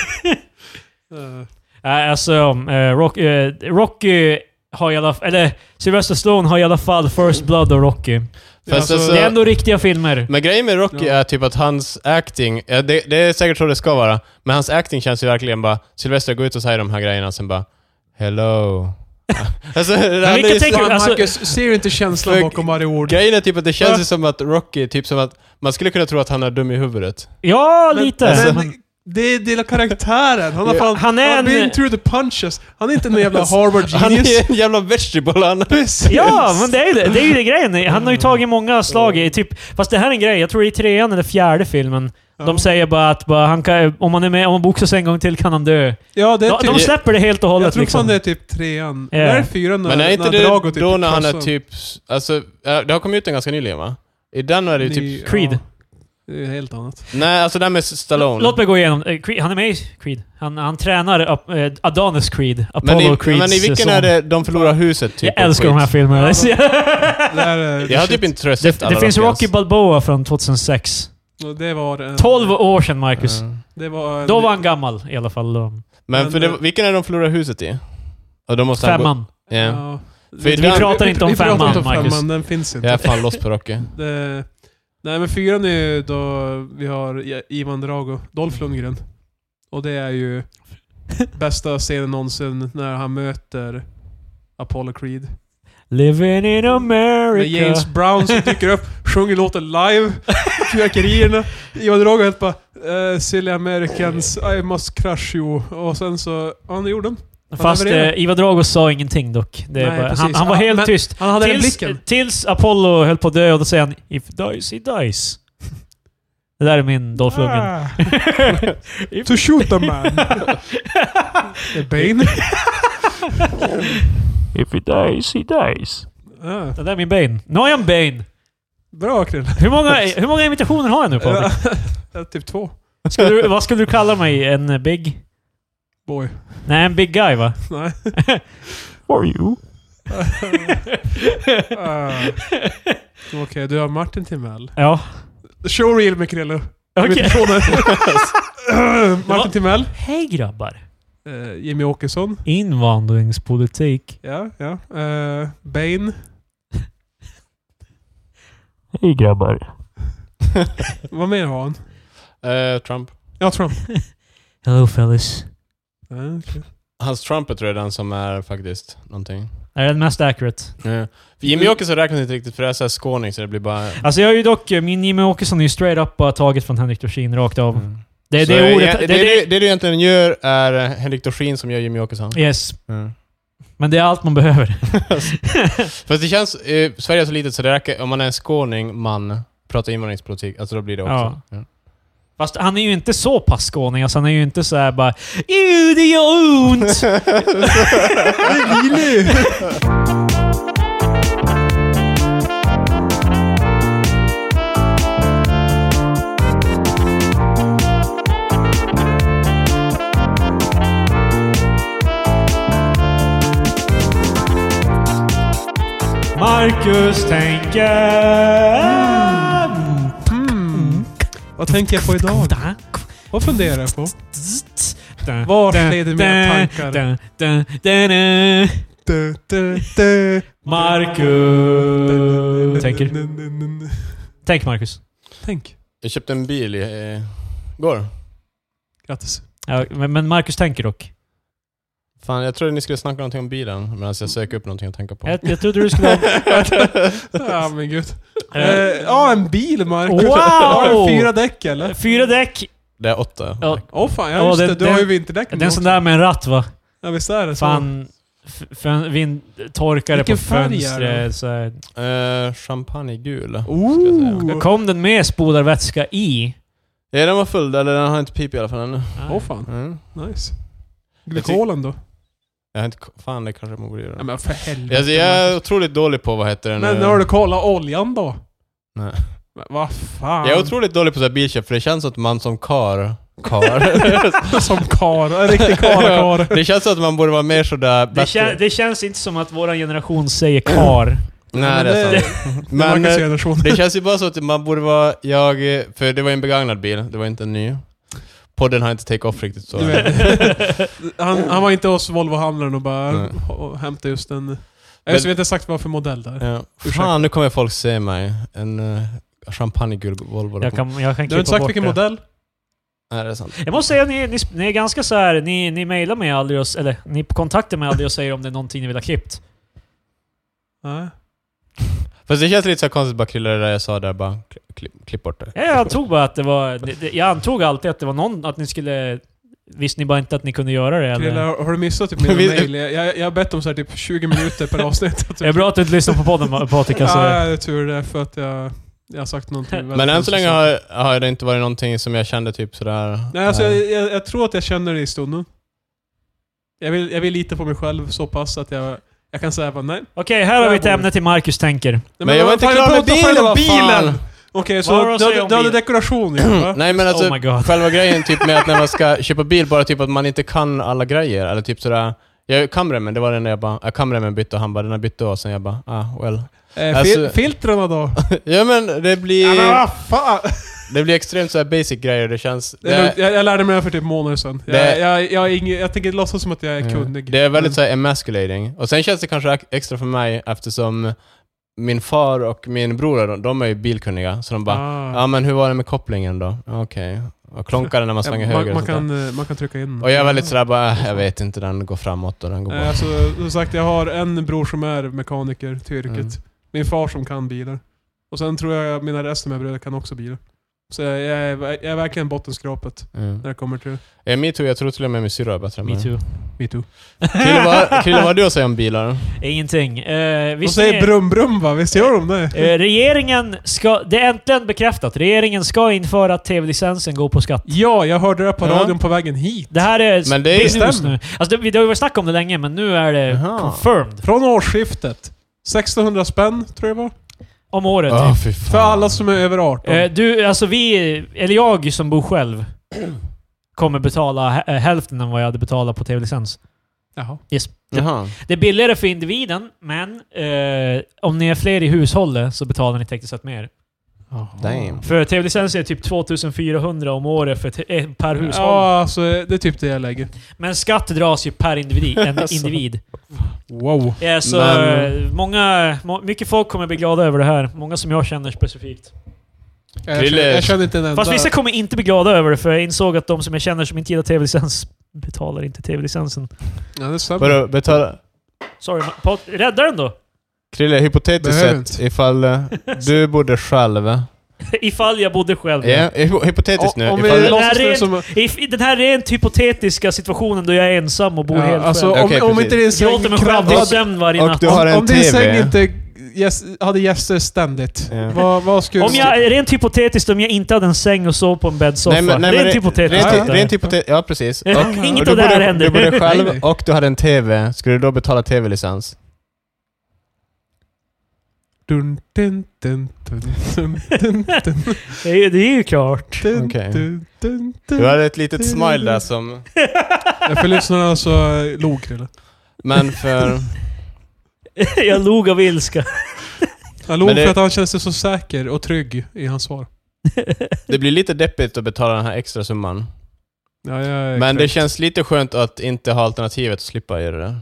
Eh, Nej, alltså, uh, Rock, uh, Rocky har i alla fall... Eller Sylvester Stallone har i alla fall First Blood och Rocky. Fast alltså, alltså- Det är ändå riktiga filmer. Men grejen med Rocky Ja. är typ att hans acting, ja, det, det är säkert så det ska vara, men hans acting känns ju verkligen bara, Sylvester går ut och säger de här grejerna, sen bara Hello. alltså, det vilka är ju tänker- så- Fan, alltså- Marcus, ser du inte känslan För- bakom varje ord? Grejen är typ att det känns Va? ju som att Rocky, typ som att man skulle kunna tro att han är dum i huvudet. Ja, Men- lite. alltså- Men, det är del av karaktären. Han har Ja. fan Han är han har en- been through the punches. Han är inte någon jävla Harvard Han genius. är en jävla vegetable, han. Precis. Ja, men det är ju det, det är ju det grejen. Han har ju tagit många slag i typ... Fast det här är en grej, jag tror i trean eller fjärde filmen, Ja. de säger bara att bara, han kan, om man är med, om man boxas en gång till kan han dö. Ja, det är De, typ... de släpper det helt och hållet jag tror liksom. fan det är typ trean. Ja. Det är fyran när, Men är inte när det Drago typ då när han är krossar- typ... Alltså, äh, det har kommit ut en ganska nyligen va? I den är det ju typ... Ny- Creed. Ja, det är helt annat. Nej, alltså den med Stallone. Låt mig gå igenom. Eh, Creed, han är med i Creed. Han, han tränar uh, Adonis Creed. Apollo men, i, Creeds men i vilken son. är det de förlorar huset typ? Jag älskar de här filmerna. Ja. Det är, eh, Jag har shit. typ inte tror jag det sett alla det finns Rocky Rocky ens. Balboa från tjugohundrasex. Och det var... en- tolv år sedan, Marcus. Mm. Det var... en- Då var han gammal i alla fall. Då. Men, Men, för det, eh, vilken är de förlorar huset i? Och då måste han gå- Femman. Ja. Ja. För Vi den- pratar inte om vi pratar femman, inte om Marcus. femman, den finns inte. Jag är fan lost på Rocky. Det, nej men fyran är ju då vi har I- Ivan Drago, Dolph Lundgren. Och det är ju bästa scenen någonsin när han möter Apollo Creed. Living in Med America. James Brown som dyker upp, sjunger låten live, fyrverkerierna. Ivan Drago helt bara uh, Silly Americans, I must crush you. Och sen så, ja han gjorde den. Fast levererar. eh, Ivar Drago sa ingenting dock. Det är Nej, bara, precis. han, han var Ja, helt men tyst. Han hade den Tills, blicken. tills Apollo höll på att dö och då säger han If he dies, he dies. Det där är min Dolph Lundgren. Ah. To shoot a man. Det är Bane. If he dies, he dies. Ah, Det där är min Bane. Nu har jag en Bane. bra Krill. Hur många, hur många imitationer har jag nu Patrik? Ja, typ två. Skulle du, vad skulle du kalla mig? En eh, big... Boy. Nej, en big guy va? Nej. For you. Ah. Okej, du har Martin Timell. Ja. Showreel med Krille. Okej. Martin Timell. Hej grabbar. Uh, Jimmy Åkesson. Invandringspolitik. Ja, ja. Uh, Bane. Hej grabbar. Vad mer har han? Eh, Trump. Ja, Trump. Hello fellas. Ja, okay. Hans Trump är tror jag den som är faktiskt någonting. Är det den mest accurate? Ja. För Jimmy Åkesson räknas inte riktigt för det är så här skåning så det blir bara... Alltså jag är ju dock... Min Jimmy Åkesson är ju straight up bara taget från Henrik Dorsin rakt av. Mm. Det är Så det ordet... det, Det, det, det, det, det du egentligen gör är Henrik Dorsin som gör Jimmy Åkesson. yes. Mm. Men det är allt man behöver. Fast det känns, eh, Sverige är så litet så det räcker, om man är en skåning, man pratar invandringspolitik, alltså då blir det också. Ja. Ja. Fast han är ju inte så pass skåning, alltså han är ju inte så här bara Ew, det gör ont! Marcus tänker... Mm. Vad tänker jag på idag? Vad funderar jag på? Var leder mina tankar? Du, du, du. Marcus tänker. Tänk Marcus. Tänk. Jag köpte en bil i, eh, går. Grattis. Ja, men, men Marcus tänker dock. Fan, jag trodde ni skulle snacka någonting om bilen medan jag söker upp någonting att tänka på. Jag, jag trodde du skulle... Ja, men gud. Eh, ja, en bil, Marcus. Wow! Har den fyra däck, eller? Fyra däck. Det är åtta. Ja. Åh oh, fan, ja, Ja, just det- det. Du det- har ju vinterdäck. Det är en sån där med en ratt, va? Ja, visst är det så. Fan... f- För vind, torkare Vilken på färg är fönstret. Så här. Eh, champagnegul. Oh! Kom den med spolarvätska i? Ja, den var full, eller den har inte pip i alla fall ännu. Åh oh, fan, Mm. nice. Glykolen då? Jag har inte... Fan, det kanske man borde göra. Ja, men för helvete. Alltså, jag är otroligt dålig på, vad heter den? Men eh, när har du kollat oljan då? Nej. Men vad fan? Jag är otroligt dålig på så här bilköp, för det känns som att man som kar... Kar? Som kar, en riktig kar-kar. Det känns som att man borde vara mer sådär Det, bättre. kän, det känns inte som att våran generation säger kar. Nej, det är sant. Men, Men det, eh, det känns ju bara så att man borde vara... Jag, för det var en begagnad bil, det var inte en ny. Podden har inte take-off riktigt så. Du vet. han, han var inte hos Volvo-handlaren och bara Nej. och hämtade just en... Men- Jag vet inte exakt vad för modell där. Ja. Fan, nu kommer folk se mig. En uh, champagnegul Volvo. Jag kan, jag kan Du har inte klippa sagt bort vilken det. modell? Nej, det är sant. Jag måste säga att ni, ni, ni är ganska så här. Ni, ni mejlar mig aldrig och, eller ni kontaktar mig aldrig och säger om det är någonting ni vill ha klippt. Nej. Fast det känns lite så konstigt bara krilla det där jag sa där, bara klipp, klipp bort det. Ja, jag antog bara att det var... Det, det, jag antog alltid att det var någon... Att ni skulle... Visste ni bara inte att ni kunde göra det? Krille, Eller? har har du missat typ mina Vi- mail? Jag, jag, jag har bett om så här typ tjugo minuter per avsnitt. Det är bra att du inte lyssnar på podden, Patrik. Alltså. Ja, det är tur det, för att jag, jag har sagt någonting väldigt Men än så konstigt. länge har, har det inte varit någonting som jag kände typ sådär... Nej, alltså, eh, jag, jag, jag tror att jag känner det i stunden. Jag vill, jag vill lita på mig själv så pass att jag, jag kan säga bara nej. Okej, här har vi ett Där går ämne till Marcus tänker. Nej, Men jag var inte fan, klar med pratar fan bilen, om vad fan! bilen! Okej, så Vad har du du att säga hade, om du hade bil? dekoration ju, va? Nej, men alltså Oh my God. själva grejen typ med att när man ska köpa bil, bara typ att man inte kan alla grejer. Eller typ sådär... Jag kamremmen, det var den där jag bara... Jag kamremmen bytte och han bara, den har bytt och sen jag bara, ah, well. Eh, Alltså- fil- filtrarna då? Ja men det Ja, blir... men vad fan! Det blir extremt så här basic grejer, det känns... Det är lugnt. jag, jag lärde mig det för typ månader sedan. Jag, Det- jag, jag, jag, jag, jag tänker låtsas som att jag är kunnig. Det är väldigt Men- så här emasculating. Och sen känns det kanske ex- extra för mig eftersom min far och min bror, de, de är ju bilkunniga. Så de bara, Ah. ja men hur var det med kopplingen då? Okej. Och klonkar när man svänger Ja, höger man, och man, sånt där. kan, eh, man kan trycka in. Och jag är väldigt sådär bara, äh, jag vet inte, den går framåt och den går Eh, bort. Alltså, som sagt, jag har en bror som är mekaniker till yrket. Mm. Min far som kan bilar. Och sen tror jag mina resten av mina bröder kan också bilar. Så jag är, jag är verkligen bottenskrapet Mm. när det kommer till Ja, me too, jag tror till och med min syrra är bättre än Me mig. too. me too. Krille, vad, Krille, vad har du att säga om bilar? Ingenting. Uh, De visst säger ni- brum brum va? Visst gör de det? Eh, regeringen ska... Det är äntligen bekräftat. Regeringen ska införa att tv-licensen går på skatt. Ja, jag hörde det på Ja. radion på vägen hit. Det här är... Men det är- big news stämmer. nu. Alltså det, det har ju varit snack om det länge, men nu är det Jaha. confirmed. Från årsskiftet. sextonhundra spänn tror jag det var. Om året. Åh, typ. fy fan. För alla som är över arton. Eh, du, alltså vi... Eller jag som bor själv kommer betala hä- hälften av vad jag hade betalat på tv-licens. Jaha. Yes. Jaha. Det är billigare för individen, men eh, om ni är fler i hushållet så betalar ni tekniskt sett mer. Damn. För tv-licens är typ tvåtusenfyrahundra om året för te- eh, per hushåll. Ja, alltså det är typ det jag lägger. Men skatt dras ju per individ. En Alltså. individ. Wow. Ja, så Men- eh, många, må, mycket folk kommer bli glada över det här. Många som jag känner specifikt. Jag, Krille- känner, jag känner inte en enda... Fast vissa kommer inte bli glada över det, för jag insåg att de som jag känner som inte gillar tv-licens betalar inte tv-licensen. Ja, det stämmer. Vadå, betala... Sorry, ma- Pat- rädda den då! Krille, hypotetiskt Behöver sett, inte. ifall eh, du bodde själv Ifall jag bodde själv. Ja, hy- hypotetiskt nu. Om Ifall, vi Den låtsas här, det är, som... if, den här rent hypotetiska situationen då jag är ensam och bor Ja, helt alltså, själv. om, Okej, om precis. inte din säng Gråter mig själv till kravlade... sömn varje och natt. du har en Om din T V. säng inte gäst, hade gäster ständigt, Ja. vad, vad skulle Om jag, rent hypotetiskt, om jag inte hade en säng och sov på en bäddsoffa. Nej, men- nej, men rent re- hypotetiskt. Rent, detta. rent hypotet- ja, precis. Och, Inget och du av det här bodde- händer. Du bodde själv Nej, nej. och du hade en T V. Skulle du då betala T V-licens? Dun, dun, dun, dun, dun, dun, dun, Det är, det är ju klart. dun, Okej. dun, dun, dun. Du hade ett litet smile där som... Jag för lyssnarna så log Krille. Men för... Jag log av ilska. Han log Men det- för att han kände sig så säker och trygg i hans svar. Det blir lite deppigt att betala den här extra summan. Ja, jag är Men det kränkt. känns lite skönt att inte ha alternativet att slippa göra det.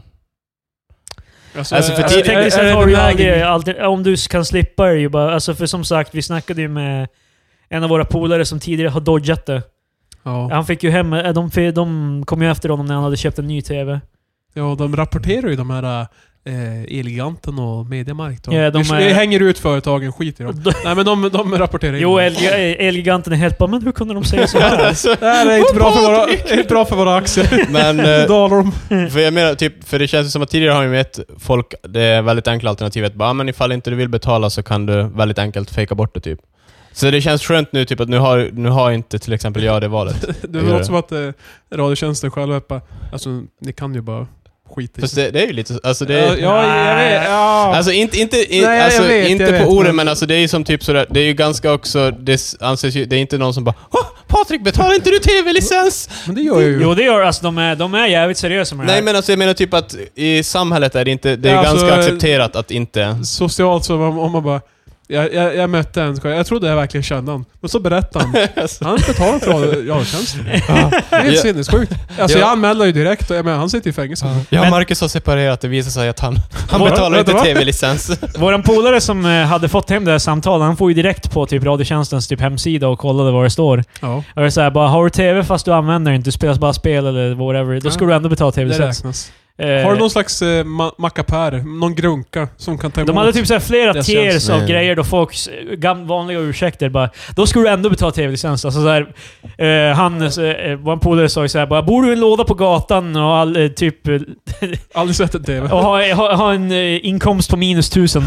Alltså, alltså, för är- tid- är- Tekniskt är sett det har du ju belägring? aldrig, alltid, om du kan slippa är det ju bara... Alltså för som sagt, vi snackade ju med en av våra polare som tidigare har dodgat det. Ja. Han fick ju hem... äh, De, de kom ju efter honom när han hade köpt en ny T V. Ja, de rapporterar ju de här eh, Elgiganten och Mediamarkt. då. Ja, de vi, är- vi hänger ut företagen, skit i dem. Nej men de, de rapporterar in. Jo, Elg- Elgiganten är helt bara, men hur kunde de säga så här? Alltså, Det här är inte bra för våra, inte bra för våra aktier. men... Nu eh, dalar de. För jag menar, typ, för det känns som att tidigare har ju gett folk det väldigt enkla alternativet. Bara, men ifall inte du vill betala så kan du väldigt enkelt fejka bort det typ. Så det känns skönt nu typ att nu har, nu har inte till exempel jag det valet. Det låter som att eh, Radiotjänsten själva bara, alltså ni kan ju bara skita i Fast det, det är ju lite, alltså det Ja, är, ja, jag vet. Ja. Alltså inte, inte, in, Nej, jag alltså, vet, inte jag på vet, orden, men- men alltså det är ju som typ sådär, det är ju ganska också, det anses ju, det är inte någon som bara Åh, Patrik, betalar inte du T V-licens? Men det gör jag ju. Jo, det gör alltså. De är, de är jävligt seriösa med det Nej här. men alltså jag menar typ att i samhället är det inte, det är Ja, ganska alltså, accepterat att inte... Socialt så om, om man bara... Jag, jag, jag mötte en, jag trodde jag verkligen kände han. Men så berättade han. Han betalar för radiotjänsten. Det är helt Ja. sinnessjukt. Alltså Ja. jag anmälde ju direkt och jag menar, han sitter i fängelse. Ja, Men- Marcus har separerat, det visar sig att han, han Vad- betalar vänta, inte va? T V-licens. Våran polare som eh, hade fått hem det här samtalet, han får ju direkt på typ Radiotjänstens typ hemsida och kollade vad det står. Ja, Och det är såhär, bara har du T V fast du använder inte, du spelar bara spel eller whatever, då ska Ja. du ändå betala det T V-licens. räknas. Eh, Har du någon slags eh, ma- mackapär? Någon grunka som kan ta emot? de hade typ såhär flera Det tiers känns- av nej. grejer då folks eh, gam- vanliga ursäkter bara, då ska du ändå betala T V-licens. Alltså såhär, eh, han, eh, vår polare sa ju såhär bara, bor du i en låda på gatan och all, eh, typ eh, Aldrig sett en T V. och ha, ha, ha en eh, inkomst på minus tusen,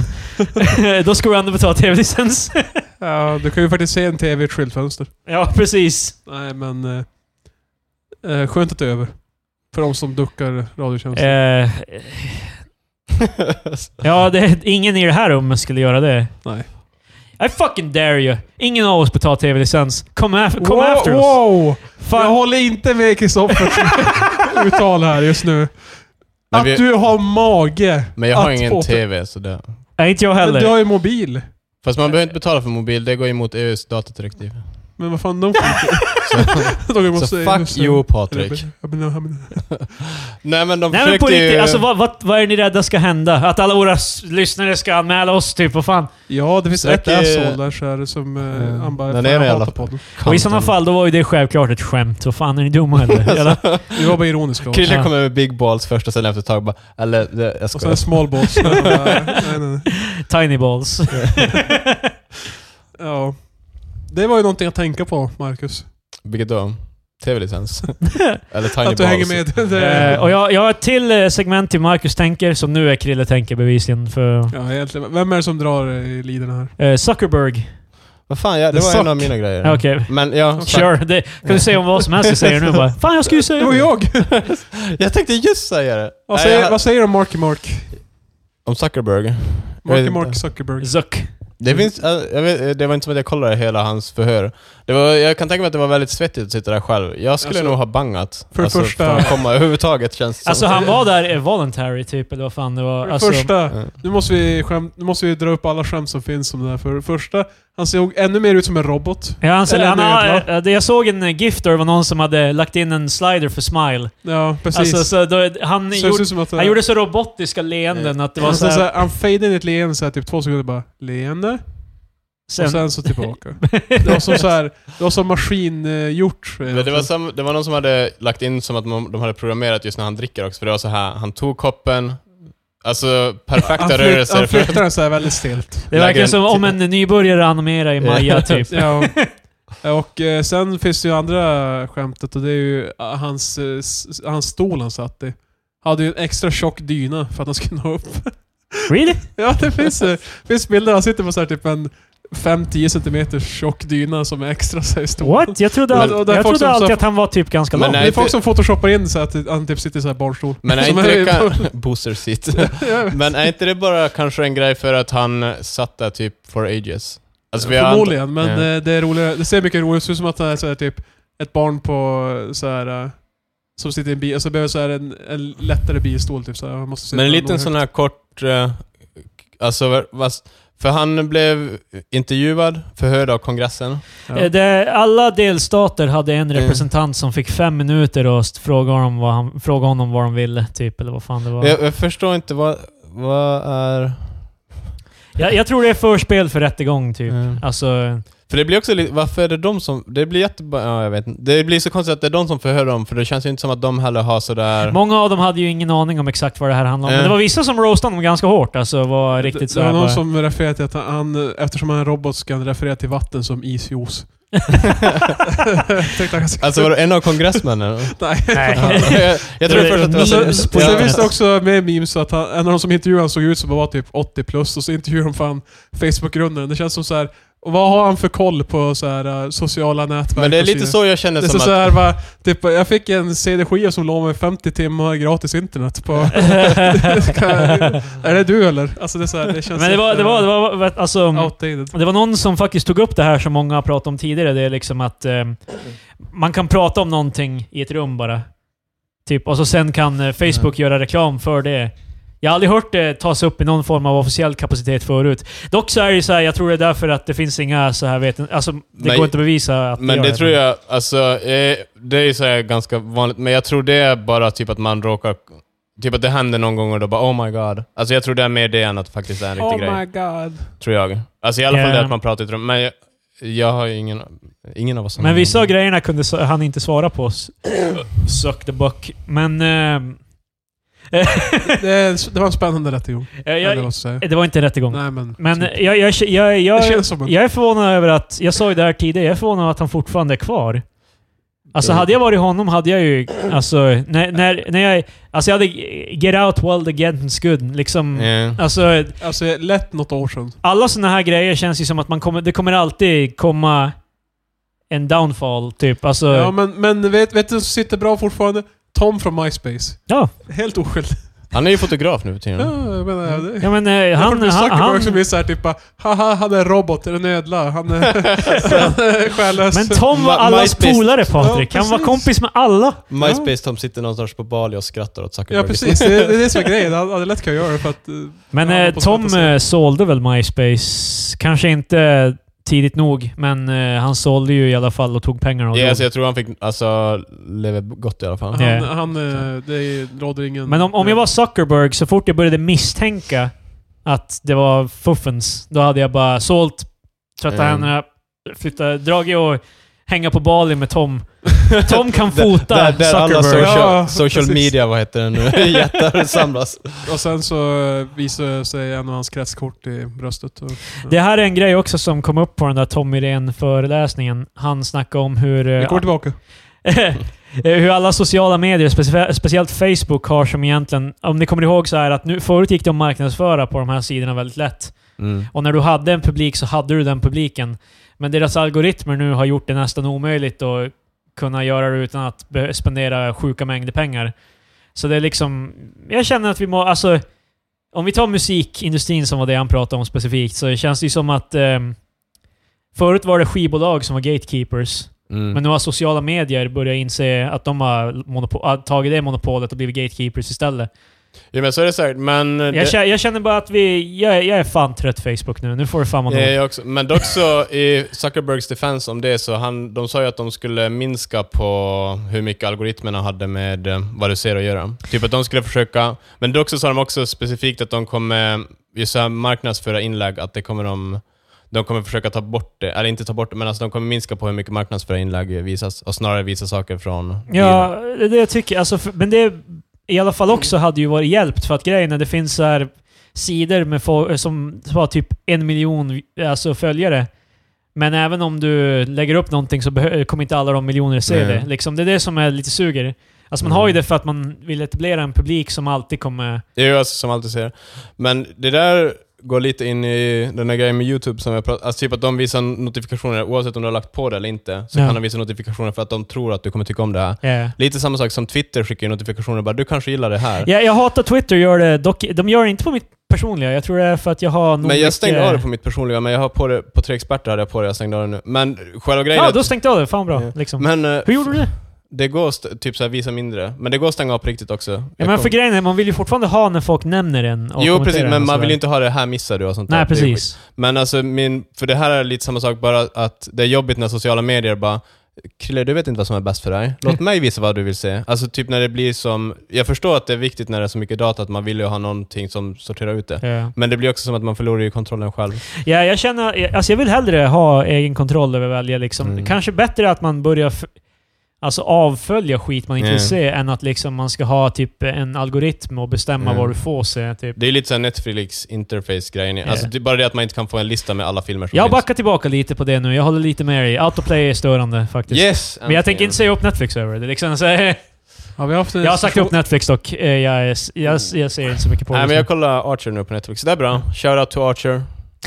då ska du ändå betala T V-licens. Ja, du kan ju faktiskt se en T V i ett skyltfönster. Ja, precis. Nej men... Eh, eh, skönt att det är över. För de som duckar radiotjänsten. Eh, ja, det, ingen i det här rummet skulle göra det. Nej. I fucking dare you. Ingen av oss betalar T V-licens. Kom, af- kom wow, efter oss. wow. Fan. Jag håller inte med Kristoffers uttal här just nu. Men Att vi- du har mage Men jag har att ingen få- T V så det... Nej, inte jag Men heller. du har ju mobil. Fast man behöver inte betala för mobil, det går emot E U:s datadirektiv. Men vad fan, de de Så fuck you Patrik. Nej men de Nej men på försökte riktigt, ju... alltså vad, vad, vad är ni rädda ska hända? Att alla våra s- lyssnare ska anmäla oss typ, vad fan? Ja, det finns ett Säkert- asshole där så är det som eh, Ja. han bara Den "Fan, är jag det i alla hatar fall." podden. Och i sådana fall, då var ju det självklart ett skämt. Vad fan är ni dumma eller? eller? Vi var bara ironiska. Och Krille Ja. kommer med big balls först och sen efter ett tag bara... Eller, det, jag och sen skojar. small balls. nej, nej, nej. Tiny balls. Ja. Det var ju någonting att tänka på, Marcus. Vilket då? T V-licens? Eller tiny Att du balls? hänger med. Det, Eh, och jag, jag har ett till eh, segment till Marcus tänker, som nu är Krille tänker bevisligen för... ja, egentligen. Vem är det som drar i liderna här? Eh, Zuckerberg. Vad fan, ja, det The var en suck. av mina grejer. Ja, Okej. Men ja, Sure, det kan du säga om vad som helst jag säger nu bara. Fan, jag skulle ju säga Det var jag! jag tänkte just säga det. vad, Nej, säger, jag- vad säger du om Marky Mark? Om Zuckerberg. Jag Marky vet Mark inte. Zuckerberg. Zuck. Det finns, äh, jag vet, det var inte som att jag kollade hela hans förhör. Det var, jag kan tänka mig att det var väldigt svettigt att sitta där själv. Jag skulle Alltså, nog ha bangat. för det alltså, första- För att komma överhuvudtaget känns det som. Alltså han var där eh, voluntary typ, eller vad fan det var. För det Alltså, första, Ja. nu måste, vi skäm, nu måste vi dra upp alla skämt som finns om det här. För det första, han såg ännu mer ut som en robot. ja, han, Eller han, en har, ödla. eh, det jag såg en eh, gift där det var någon som hade lagt in en slider för smile. Ja, precis. Alltså, så då, han, Så det gjorde, ser ut som att, han gjorde så robotiska leenden att det var han, så så här, här, han fejdade in ett leende så här, typ två sekunder bara leende. sen, Och sen så tillbaka. Det var som så här, det var som maskingjort. Men det, var som, det var någon som hade lagt in som att man, de hade programmerat just när han dricker också. För det var så här, han tog koppen, Alltså, perfekta Han, flyt, rörelser. han för- flyttar så här väldigt stelt. Det verkar Lägger- som om en nybörjare animerar i Maya typ. Ja. Och eh, sen finns det ju andra skämtet och det är ju eh, hans, eh, s- hans stol han satt i. Hade ju en extra tjock dyna för att han skulle nå upp. Really? Ja, det finns, eh, finns bilder. Han sitter på så här typ en fem till tio centimeter tjock dyna som är extra så här stor. What? Jag trodde, Men- all, och det är jag folk trodde som- alltid att han var typ ganska Men lång. nej. Det är folk inte- som photoshoppar in så att han typ sitter i så här barnstol. Men är Som inte det är- kan... Booster seat. Jag vet. Men är inte det bara kanske en grej för att han satt där typ for ages? Alltså, vi har Förmodligen, men Ja. eh, det är roligare. Det ser mycket roligt ut som att det är så här, typ ett barn på så här eh, som sitter i en bil och så behöver så här en, en lättare bilstol typ så här. Man måste sitta Men en någon liten högt. sån här kort... eh, alltså, vad- för han blev intervjuad, förhörd av kongressen. Ja. Eh, Det, alla delstater hade en Mm. representant som fick fem minuter och st- fråga honom vad, han, fråga honom vad de ville, typ, eller vad fan det var. Jag, jag förstår inte vad... Vad är... Jag, jag tror det är förspel för rättegång, typ. Mm. Alltså, För det blir också lite... Varför är det de som... Det blir jättebra... Ja, jag vet inte. Det blir så konstigt att det är de som förhör dem, för det känns ju inte som att de heller har sådär... många av dem hade ju ingen aning om exakt vad det här handlade om. Men Mm. det var vissa som roastade dem ganska hårt, alltså var riktigt det, så det här var någon bara- som refererade till att han, han, eftersom han är en robot ska han referera till vatten som isjuice. Tänkte han ganska- Alltså var det en av kongressmännen? Nej. Nej. Ja, jag, jag tror Det är först att det var... memes så- på Sen ja. finns det också med memes att han, en av de som intervjuade han såg ut som att vara typ åttio plus och så intervjuade de fan Facebook-grundaren. Det känns som så här. Och vad har han för koll på så här uh, sociala nätverk? Men det är och lite vidare? så jag känner Det är som så, att... så här, va, typ, jag fick en C D-skiva som låg med femtio timmar gratis internet på... Ska, är det du eller? Alltså det, är så här, det känns Men det var, det var, det var alltså, outdated. det var någon som faktiskt tog upp det här som många har pratat om tidigare. Det är liksom att eh, man kan prata om någonting i ett rum bara. Typ, och så sen kan eh, Facebook göra reklam för det. Jag har aldrig hört det tas upp i någon form av officiell kapacitet förut. Dock så är det så här, jag tror det är därför att det finns inga så här veten, alltså det Men- går inte att bevisa att Men gör det tror jag, alltså, eh, det är ju så här ganska vanligt, men jag tror det är bara typ att man råkar, typ att det händer någon gång och då bara oh my god. Alltså jag tror det är mer det än att det faktiskt är en riktig Oh grej. my god. Tror jag. Alltså i alla fall Ja. det att man pratar i ett rum, men jag, jag har ju ingen, ingen av oss som Men har vissa någon- av grejerna kunde så- han inte svara på. S- Suck the buck. Men... ehm, Det, det var en spännande rättegång. jag, eller vad jag, jag ska säga. det var inte en rättegång. Nej men... Men typ. jag, jag, jag, det jag, känns som en... jag är förvånad över att... Jag sa ju det här tidigare, jag är förvånad över att han fortfarande är kvar. Alltså Det- hade jag varit honom hade jag ju... Alltså, när, när, när jag... Alltså jag hade... Get out while the getting's good. Liksom... Ja. Alltså, Alltså lätt något år sedan. alla såna här grejer känns ju som att man kommer... Det kommer alltid komma en downfall, typ. Alltså... Ja men, men vet, vet du som sitter bra fortfarande? Tom från MySpace. ja. Helt oskyldig. Han är ju fotograf nu för tiden. Ja, jag menar... Det, Ja men eh, han, han... han, han, han han som blir såhär typ bara, haha, han är en robot, är en ödla, han är, han är själlös. men Tom var Ma- allas MySpace- polare, Patrik. Ja, han var precis. kompis med alla. MySpace Tom sitter någonstans på Bali och skrattar åt Zuckerberg. Ja precis, det, det är det som är grejen. Han hade lätt kunnat göra det för att... eh, Men Ja, eh, på Tom sätt och eh, sålde väl MySpace. Kanske inte tidigt nog, men eh, han sålde ju i alla fall och tog pengarna och Ja, drog. alltså, jag tror han fick alltså, leva gott i alla fall. Ja. Han, han, eh, det är- råder ingen... Men om, om jag var Zuckerberg, så fort jag började misstänka att det var fuffens, då hade jag bara sålt, trötta Mm. händerna, flyttat, dragit och hänga på Bali med Tom. Tom kan fota Där, där alla Zuckerberg. social, Ja, social precis. media, vad heter det nu? Jättar samlas. Och sen så eh, visade sig en av hans kretskort i bröstet. Och, ja. Det här är en grej också som kom upp på den där Tom Irene-föreläsningen. Han snackade om hur... eh, Vi kommer tillbaka. hur alla sociala medier, specie- speciellt Facebook, har som egentligen... Om ni kommer ihåg så här att nu, förut gick det att marknadsföra på de här sidorna väldigt lätt. Mm. Och när du hade en publik så hade du den publiken. Men deras algoritmer nu har gjort det nästan omöjligt att kunna göra det utan att be- spendera sjuka mängder pengar. Så det är liksom... Jag känner att vi må... Alltså, om vi tar musikindustrin som var det han pratade om specifikt, så känns det ju som att... ehm, förut var det skivbolag som var gatekeepers. Mm. Men nu har sociala medier börjat inse att de har monopol- har tagit det monopolet och blivit gatekeepers istället. Ja, men så är det säkert, men... det- Jag, känner, jag känner bara att vi... Jag, är- jag är fan trött Facebook nu. Nu får det fan vara Ja, nog. jag också. Men dock så, i Zuckerbergs defense om det, så han, de sa ju att de skulle minska på hur mycket algoritmerna hade med eh, vad du ser och göra. Typ att de skulle försöka... Men dock så sa de också specifikt att de kommer just så här marknadsföra inlägg, att det kommer de... De kommer försöka ta bort det, eller inte ta bort det, men alltså de kommer minska på hur mycket marknadsföra inlägg visas och snarare visa saker från... Ja, det är det jag tycker. Alltså, för, men det... i alla fall också hade ju varit hjälpt, för att grejen är det finns så här sidor med fo- som har typ en miljon alltså följare. Men även om du lägger upp någonting så behö- kommer inte alla de miljoner se Nej. det. Liksom, det är det som är lite suger. Alltså man Mm. har ju det för att man vill etablera en publik som alltid kommer... Det är ju alltså som alltid säger. Men det där går lite in i den där grejen med YouTube som jag pratar, alltså typ att de visar notifikationer oavsett om du har lagt på det eller inte, så Ja. kan de visa notifikationer för att de tror att du kommer tycka om det här. Yeah. Lite samma sak som Twitter skickar ju notifikationer bara, du kanske gillar det här. Ja, jag hatar Twitter, gör det dock, de gör det inte på mitt personliga. Jag tror det är för att jag har... nog Men jag mycket- stängde av det på mitt personliga, men jag har på det på Tre Experter hade jag på det, jag stängde av det nu. Men själva grejen Ja, är då att, stängde jag av det. Fan bra. Ja. Liksom. men eh, Hur gjorde du det? det går att st- typ så här visa mindre, men det går att stänga av på riktigt också. Ja, Jag men kom- för grejen är, man vill ju fortfarande ha när folk nämner en och Jo kommenterar precis, den men och man sådär. vill ju inte ha det här missar du och sånt där. Nej, Det är skit. precis. Men alltså min, för det här är lite samma sak, bara att det är jobbigt när sociala medier bara Krille, du vet inte vad som är bäst för dig. Låt mig visa vad du vill se. Alltså typ när det blir som... Jag förstår att det är viktigt när det är så mycket data att man vill ju ha någonting som sorterar ut det. Ja. Men det blir också som att man förlorar ju kontrollen själv. Ja, jag känner... Alltså jag vill hellre ha egen kontroll över välja liksom. Mm. Kanske bättre att man börjar... F- alltså avfölja skit man inte Ja. vill se än att liksom man ska ha typ en algoritm och bestämma Ja. vad du får se. Typ. Det är lite så här Netflix interface-grejen. Ja. Alltså det är bara det att man inte kan få en lista med alla filmer som Jag finns. backar tillbaka lite på det nu. Jag håller lite med dig. Autoplay är störande faktiskt. Yes! Men jag tänker inte säga upp Netflix över det. Liksom, så, jag Har vi haft en har sagt upp Netflix dock. Eh, Jag, är, jag, jag ser inte så mycket på Nej det. men jag kollar Archer nu på Netflix. Det är bra. Shout out to Archer.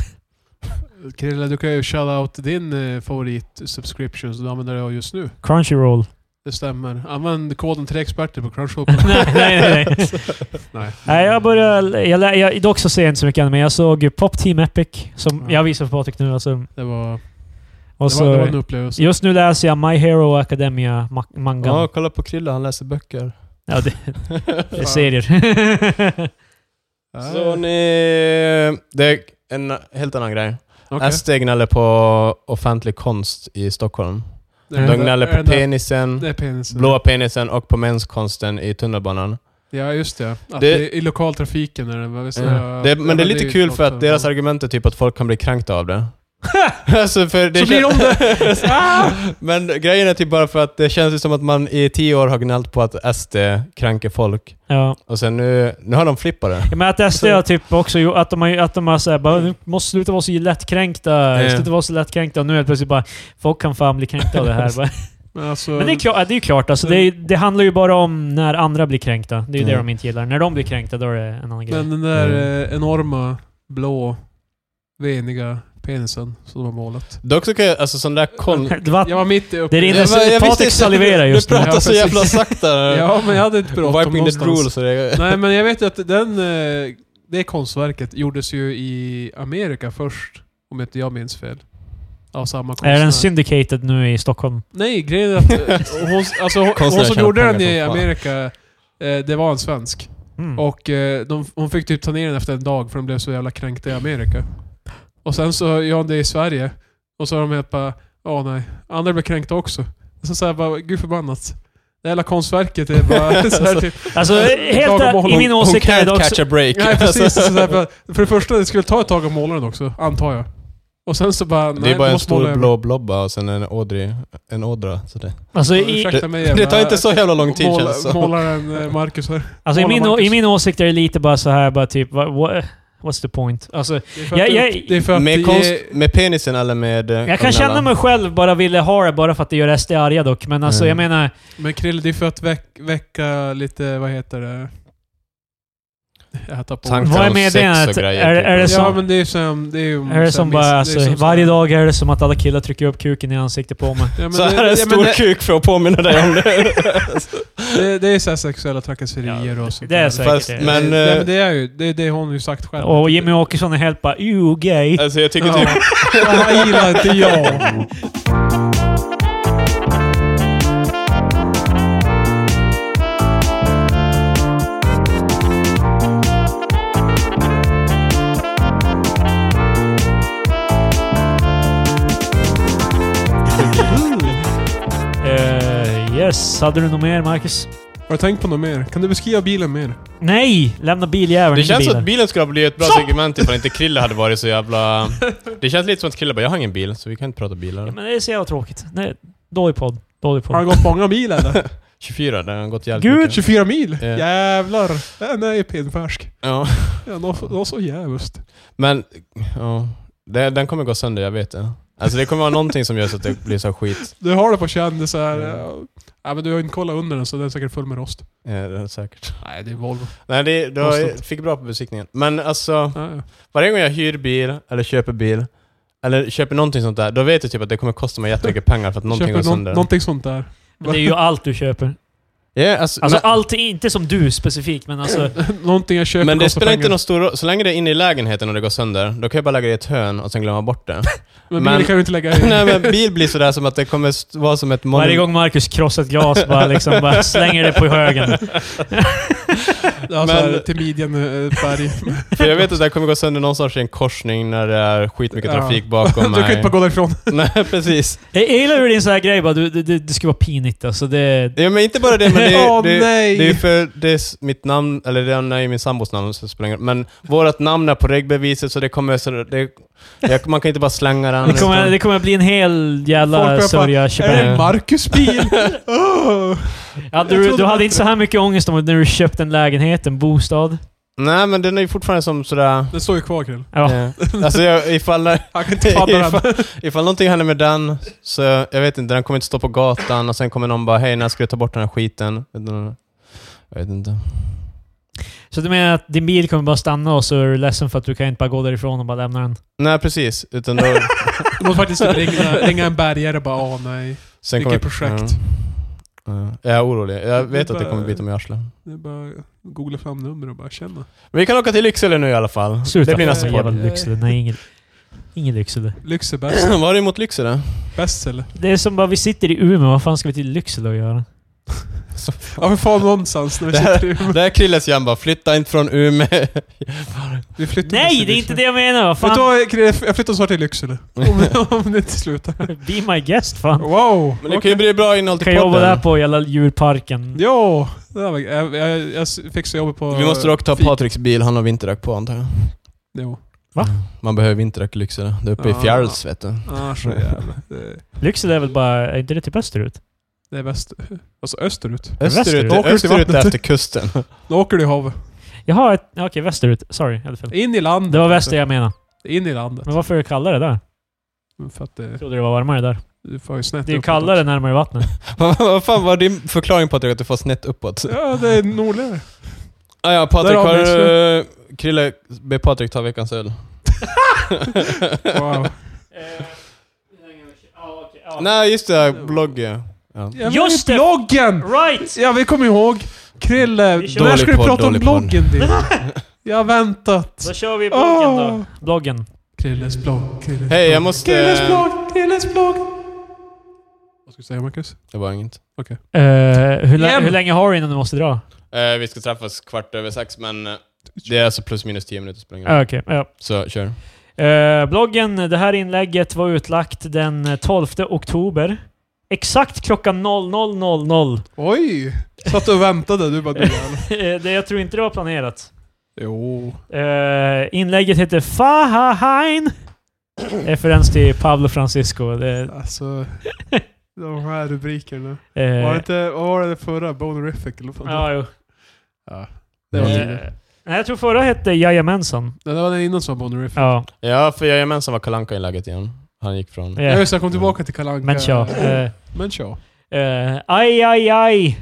Krille, du kan ju shout out din eh, favorit subscription som du använder dig av just nu. Crunchyroll. Det stämmer. Använd koden tre experter på Crunchyroll. nej, nej, nej. Nej. Nej, jag börjar... Jag, lä- jag, dock så ser jag inte så mycket anime, men jag såg Pop Team Epic, som Ja. jag visar för Patrik nu. Alltså. Det var, Och det så, var, det var en upplevelse. just nu läser jag My Hero Academia ma- mangan. Ja, kolla på Krille, han läser böcker. Ja, det, det är serier. Så ni... Det är en helt annan grej. Okej. S D gnäller på offentlig konst i Stockholm. Det är De den- gnäller är på den där- penisen, Det är penisen. blåa penisen och på mänskonsten i tunnelbanan. Ja, just det. Att Det- det, I lokaltrafiken är det. Vad visst, Ja. jag- Det, men det är lite ju kul något för att av- deras argument är typ att folk kan bli kränkta av det. alltså för det Så blir de det! Men grejen är typ bara för att det känns ju som att man i tio år har gnällt på att S D kränker folk. Ja. Och sen nu, nu har de flippat det. Ja, men att S D har typ också gjort att de har, att de har såhär bara, nu måste sluta vara så lättkränkta, Ja. sluta vara så lättkränkta, och nu helt plötsligt bara, folk kan fan bli kränkta av det här. Bara. Men, alltså, Men det är klart, det är ju klart alltså, det, är, det handlar ju bara om när andra blir kränkta. Det är ju det Mm. de inte gillar. När de blir kränkta, då är det en annan grej. men den där Mm. eh, enorma, blå, veniga penisen som de har målat. Dock så kan jag, alltså sån där kon... Det, var, Jag var mitt i upp. det rinner Jag så, bara- jag Patrik visste- saliverar just Du nu. pratar Ja, så precis. jävla sakta. Ja, men jag hade inte bråttom Wiping the någonstans. drool så det... Nej, men jag vet ju att den, eh, det konstverket gjordes ju i Amerika först, om inte jag minns fel. Av samma konstnär. Är den syndicated nu i Stockholm? Nej, grejen är att eh, hon, alltså, hon, hon Konstnären som tjänar gjorde den pengar i som fan. Amerika, eh, det var en svensk. Mm. Och eh, de, hon fick typ ta ner den efter en dag för de blev så jävla kränkta i Amerika. Och sen så gör hon det i Sverige. Och så har de helt bara, ja nej, andra blev kränkta också. Och så säger jag bara, gud förbannat. Det hela konstverket är bara så här typ... Alltså, helt Klagomål. i min Hon åsikt är det can't också... catch a break. Nej precis, Alltså, så där, bara, för det första det skulle ta ett tag att måla den också, antar jag. Och sen så bara, nej, det är bara du en måste måla stor över. blå blobba och sen en ådra. En ådra så det. Alltså, Ja, i, ursäkta mig, Det jävla- tar inte så jävla lång tid måla, känns det som. Målaren eh, Marcus här. alltså i, Måla min, å- Marcus. i min åsikt är det lite bara så här, bara typ, what, what, what's the point? Alltså, Det är för att, Jag- det- jag- det är för att Med, det konst, ger- med penisen eller med... eh, jag kan originella? känna mig själv bara ville ha det bara för att det gör S D arga dock, men alltså Mm. jag menar... Men Krille, det är för att väck, väcka lite, vad heter det? Jag hattar på Tankar Vad är om med sex det? och Att- grejer, är- typ. är det Ja, som- men det är som... Det är, ju Är det så som här bara, miss- det är alltså, som så varje här- dag är det som att alla killar trycker upp kuken i ansiktet på mig. Ja, men Så det, här är en ja, stor men det, kuk för att påminna dig om det. det, det är så här sexuella trakasserier och sånt det är där. säkert Fast- det. men- det, eh, men det är ju, det, det har hon ju sagt själv. Och Jimmy Åkesson är helt bara, you gay. Alltså jag tycker Ja, typ... jag gillar inte jag. Uh, yes, hade du något mer, Marcus? Har du tänkt på något mer? Kan du beskriva bilen mer? Nej! Lämna biljäveln, Det inte känns som bilen. att bilen skulle ha blivit ett bra segment ifall inte Krille hade varit så jävla... Det känns lite som att Krille bara, jag har ingen bil så vi kan inte prata bilar. Ja, men det är så jävla tråkigt. Nej, dålig podd. Dålig Har det podd. gått många mil eller? tjugofyra, den har gått jävligt Gud, mycket. tjugofyra mil! Ja. Jävlar! Den är pinfärsk. Ja. Ja, något, något så jävligt. Men, ja. Det, den kommer gå sönder, jag vet det. Alltså det kommer vara någonting som gör så att det blir så skit. Du har det på känn, så här. Mm. Ja. Ja, men du har inte kollat under den, så den är säkert full med rost. Ja, det är säkert. Nej, det är Volvo. Nej, det, du Kostat. fick bra på besiktningen. Men alltså, Ja, ja. varje gång jag hyr bil, eller köper bil, eller köper någonting sånt där, då vet jag typ att det kommer kosta mig jättemycket pengar för att någonting Köper går någon, sönder. någonting sånt där. Men det är ju allt du köper. Yeah, alltså, Alltså men, allt, inte som du specifikt, men alltså... Någonting jag köper men det kostar spelar pengar. inte någon stor roll. Så länge det är inne i lägenheten och det går sönder, då kan jag bara lägga det i ett hörn och sen glömma bort det. Men, men- bil kan du inte lägga i. Nej, men bil blir sådär som att det kommer st- vara som ett Varje gång Marcus krossar ett glas, bara, liksom, bara slänger det på högen. Ja, så Men- här, till midjan äh, berg. För jag vet att det kommer gå sönder någonstans i en korsning när det är skitmycket Ja. trafik bakom Du kan inte mig. bara gå därifrån. Nej, precis. Jag gillar hur din sån här grej bara, du, det, det, det ska vara pinigt alltså. Det, Ja, men inte bara det, men det, Åh, det, nej. det är för det är s- mitt namn, eller det är ju min sambos namn, så det spelar ingen roll. Men vårat namn är på regbeviset, så det kommer så det, jag, man kan inte bara slänga den. det, kommer, utan- det kommer bli en hel Folk jävla börjar sörja Är det tjabär. Marcus bil? oh. Ja, du, du hade inte så här mycket ångest om när du köpte en lägenhet, en bostad. Nej, men den är ju fortfarande som sådär... Den står ju kvar, Krill. Ja. eh, alltså jag, ifall, Han kan inte padda den. ifall, ifall någonting händer med den, så jag vet inte, den kommer inte stå på gatan och sen kommer någon bara, hej, när ska du ta bort den här skiten? Jag vet inte. Så du menar att din bil kommer bara stanna och så är du ledsen för att du kan inte bara gå därifrån och bara lämna den? Nej, precis. Utan då... Du måste faktiskt ringa, ringa en bärgare och bara, åh nej. sen Vilket kommer- projekt. Ja. Ja. Jag är orolig. Jag vet Det att det bara- kommer bita mig i arslet. Det är bara googla fram nummer och bara känna. Vi kan åka till Lycksele nu i alla fall. Sluta. Det blir nästa jävla podd. Lycksele. Nej, ingen, ingen Lycksele. Lyx är bäst. Vad har du emot Lycksele? Bäst eller? Det är som bara, vi sitter i Umeå, vad fan ska vi till Lycksele att göra? Ja, för fan någonstans när vi Det sitter i här, det här Krilles jam bara, flytta inte från Umeå. Vi flyttar Nej, till det är inte Lycksele. det jag menar! Vad Vet du fan? vad, Krill, jag flyttar snart till Lycksele. Om, om det inte slutar. Be my guest, fan. Wow! Men det kan ju bli bra innehåll till Kan jobba där podden. på jävla djurparken. Ja! Det där var, jag, jag, jag fixar jobbet på... Vi måste dock ta fik. Patriks bil, han har vinterdäck på antar jag. Jo. Man behöver vinterdäck i Lycksele. Det är uppe i Ah. fjälls, vet du. Ah, så jävla. Det, Lycksele är väl bara, är inte det typ österut? det är väst... Alltså österut. Österut, Västerut. Åker du till österut är vattnet? efter kusten. Då åker du i havet. Jaha, ett- okej, västerut. Sorry, jag hade fel. In i landet. Det var väster jag menade. In i landet. Men varför kallar det där? För att det, Jag trodde det var varmare där. du får ju snett Det är ju uppåt kallare också. närmare vattnet. Vad fan var din förklaring Patrik att du får snett uppåt? Ja, det är nordligare. Ah, ja, Patrik, Där har har vi du... Krille, be Patrik ta veckans öl. Wow. Nej, just det. Blogg. Ja. Ja. Ja, Just men det! bloggen! Right! Ja, vi kommer ihåg. Krille, Vi kör. när ska du Dålig podd, prata om dålig podd. bloggen din? Jag har väntat. Då kör vi bloggen Åh. då. Bloggen. Krilles blogg. Krilles Hej, jag blogg. måste... Krilles blogg. Krilles blogg. Vad ska du säga, Marcus? Det var inget. Eh, hur, lä- Igen. hur länge har du innan du måste dra? Eh, vi ska träffas kvart över sex, men eh, det är alltså plus minus tio minuter spelar ingen Ah, roll. Okej, ja. Så kör. Eh, bloggen, det här inlägget var utlagt den tolfte oktober. Exakt klockan noll noll noll noll. Oj! Satt och väntade, du bara du jävlar. Eh, det, jag tror inte det var planerat. Jo. Eh, inlägget heter Fahahain. Referens till Pablo Francisco. Det, Alltså... De här rubrikerna. eh, Var det inte, vad var det förra? Bonerific eller vad fan? ja, jo. Ja. Det var Eh, tidigare. nej, jag tror förra hette Jajamensan. Nej, det var den innan som var Bonerific. Ja, Ja, för jag är med som var Kalle Anka-inlägget igen. Han gick från... eh, Ja, just det, jag kom tillbaka till Kalle Anka. men tja. Eh, Men tja. eh, aj, aj, aj.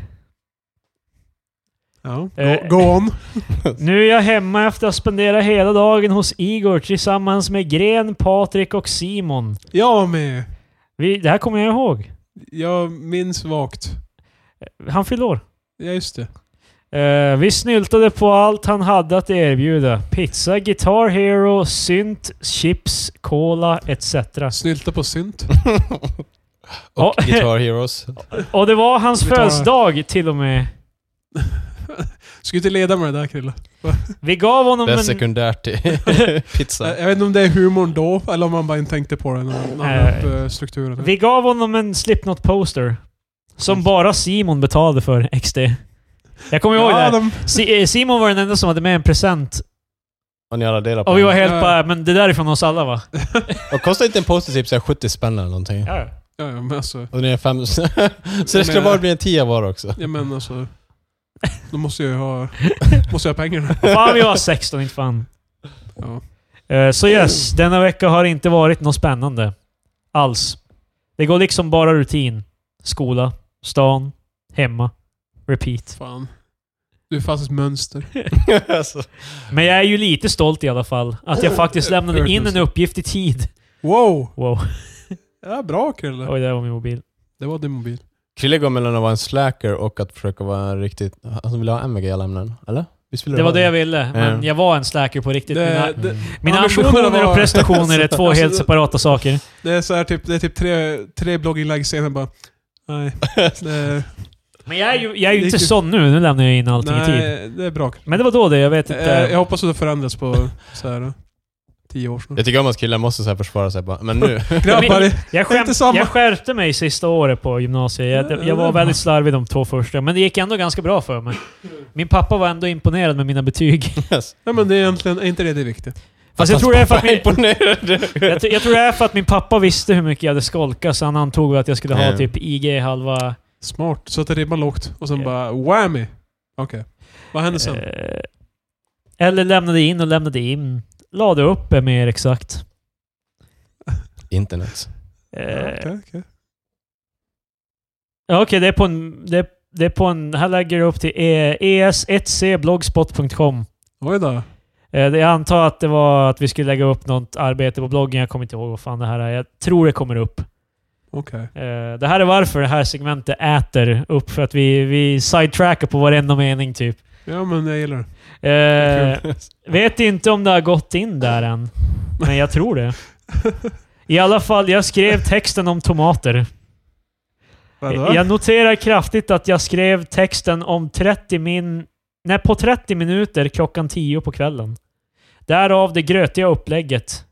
Ja. Eh, Go, go on. Nu är jag hemma efter att spendera hela dagen hos Igor tillsammans med Gren, Patrik och Simon. Jag med. Vi, det här kommer jag ihåg. Jag minns vagt. Han fyllde år. Ja, just det. Eh, vi snyltade på allt han hade att erbjuda. Pizza, Guitar Hero, synt, chips, cola et cetera. Snylta på synt. Och Ja. Guitar Heroes. Och det var hans Vi tar- födelsedag till och med. Ska inte leda med det där, Krille. Vi gav honom Det är en... sekundärt till pizza. Jag vet inte om det är humorn då, eller om man bara inte tänkte på det när man Nej. la upp eh, strukturen. Vi gav honom en Slipknot-poster. Som bara Simon betalade för, X D. Jag kommer ihåg ja, det. här. de, Si- eh, Simon var den enda som hade med en present. Och ni alla delar på Och vi var den. helt Ja. bara, men det där är från oss alla va? Och kostar inte en poster typ så här sjuttio spänn eller någonting? Ja. Ja, ja, men alltså... Och det är fem... så det ska bara bli en tio var också. Ja, men alltså... Då måste jag ju ha... måste jag ha pengarna. Fan, vi var sexton, inte fan. Ja. Uh, så yes, denna vecka har inte varit något spännande. Alls. Det går liksom bara rutin. Skola, stan, hemma, repeat. Fan. Du är fast ett mönster. alltså. Men jag är ju lite stolt i alla fall. Att jag faktiskt lämnade in en uppgift i tid. Wow! Wow. Ja, bra Krille. Oj, det var min mobil. Det var din mobil. Krille går mellan att vara en slacker och att försöka vara en riktigt... Han vill ha M V G-lämnen, eller? Det var det jag ville, men Mm. jag var en slacker på riktigt. Det, Mina, det, mina ambitionerna ambitioner var- och prestationer är två Alltså, helt det- separata saker. det är så här typ, det är typ tre, tre blogginlägg senare bara... Nej. Det, Men jag är ju, jag är ju Det inte gick ju- sån nu. Nu lämnar jag in allting i tid. nej, det är bra. Men det var då det, jag vet Eh, inte. Jag hoppas att det förändras på så här tio år sedan. Jag tycker om att killar måste så här försvara sig bara, men nu... Grabbar, Men- det- Jag, det är inte skäm, samma. jag skärpte mig sista året på gymnasiet. Ja, Jag, det jag var är väldigt bra. slarvig de två första, men det gick ändå ganska bra för mig. Min pappa var ändå imponerad med mina betyg. Yes. nej, men det är egentligen är inte det det är viktigt. Fast jag tror, det är för att min, Imponerad. jag, tror- jag tror det är för att min pappa visste hur mycket jag hade skolkat, så han antog att jag skulle ha Mm. typ I G halva... Smart. Så att det ribban lågt. Och sen Ja. bara whammy. Okej. Vad hände sen? Eh, eller lämnade in och lämnade in. Lade upp är mer exakt. Internet. Eh, Okej, okej. Ja, okej, det är på en... Det, det är på en... Här lägger jag upp till e, e s ett c blogspot punkt com. Oj då. Eh, det- Jag antar att det var att vi skulle lägga upp något arbete på bloggen. Jag kommer inte ihåg vad fan det här är. Jag tror det kommer upp. Okej. Eh, det här är varför det här segmentet äter upp. För att vi, vi sidetrackar på varenda mening typ. Ja, men jag gillar det. Eh, vet inte om det har gått in där än. Men jag tror det. I alla fall, jag skrev texten om tomater. Vadå? Jag noterar kraftigt att jag skrev texten om trettio min... Nej, på trettio minuter klockan tio på kvällen. Därav det grötiga upplägget.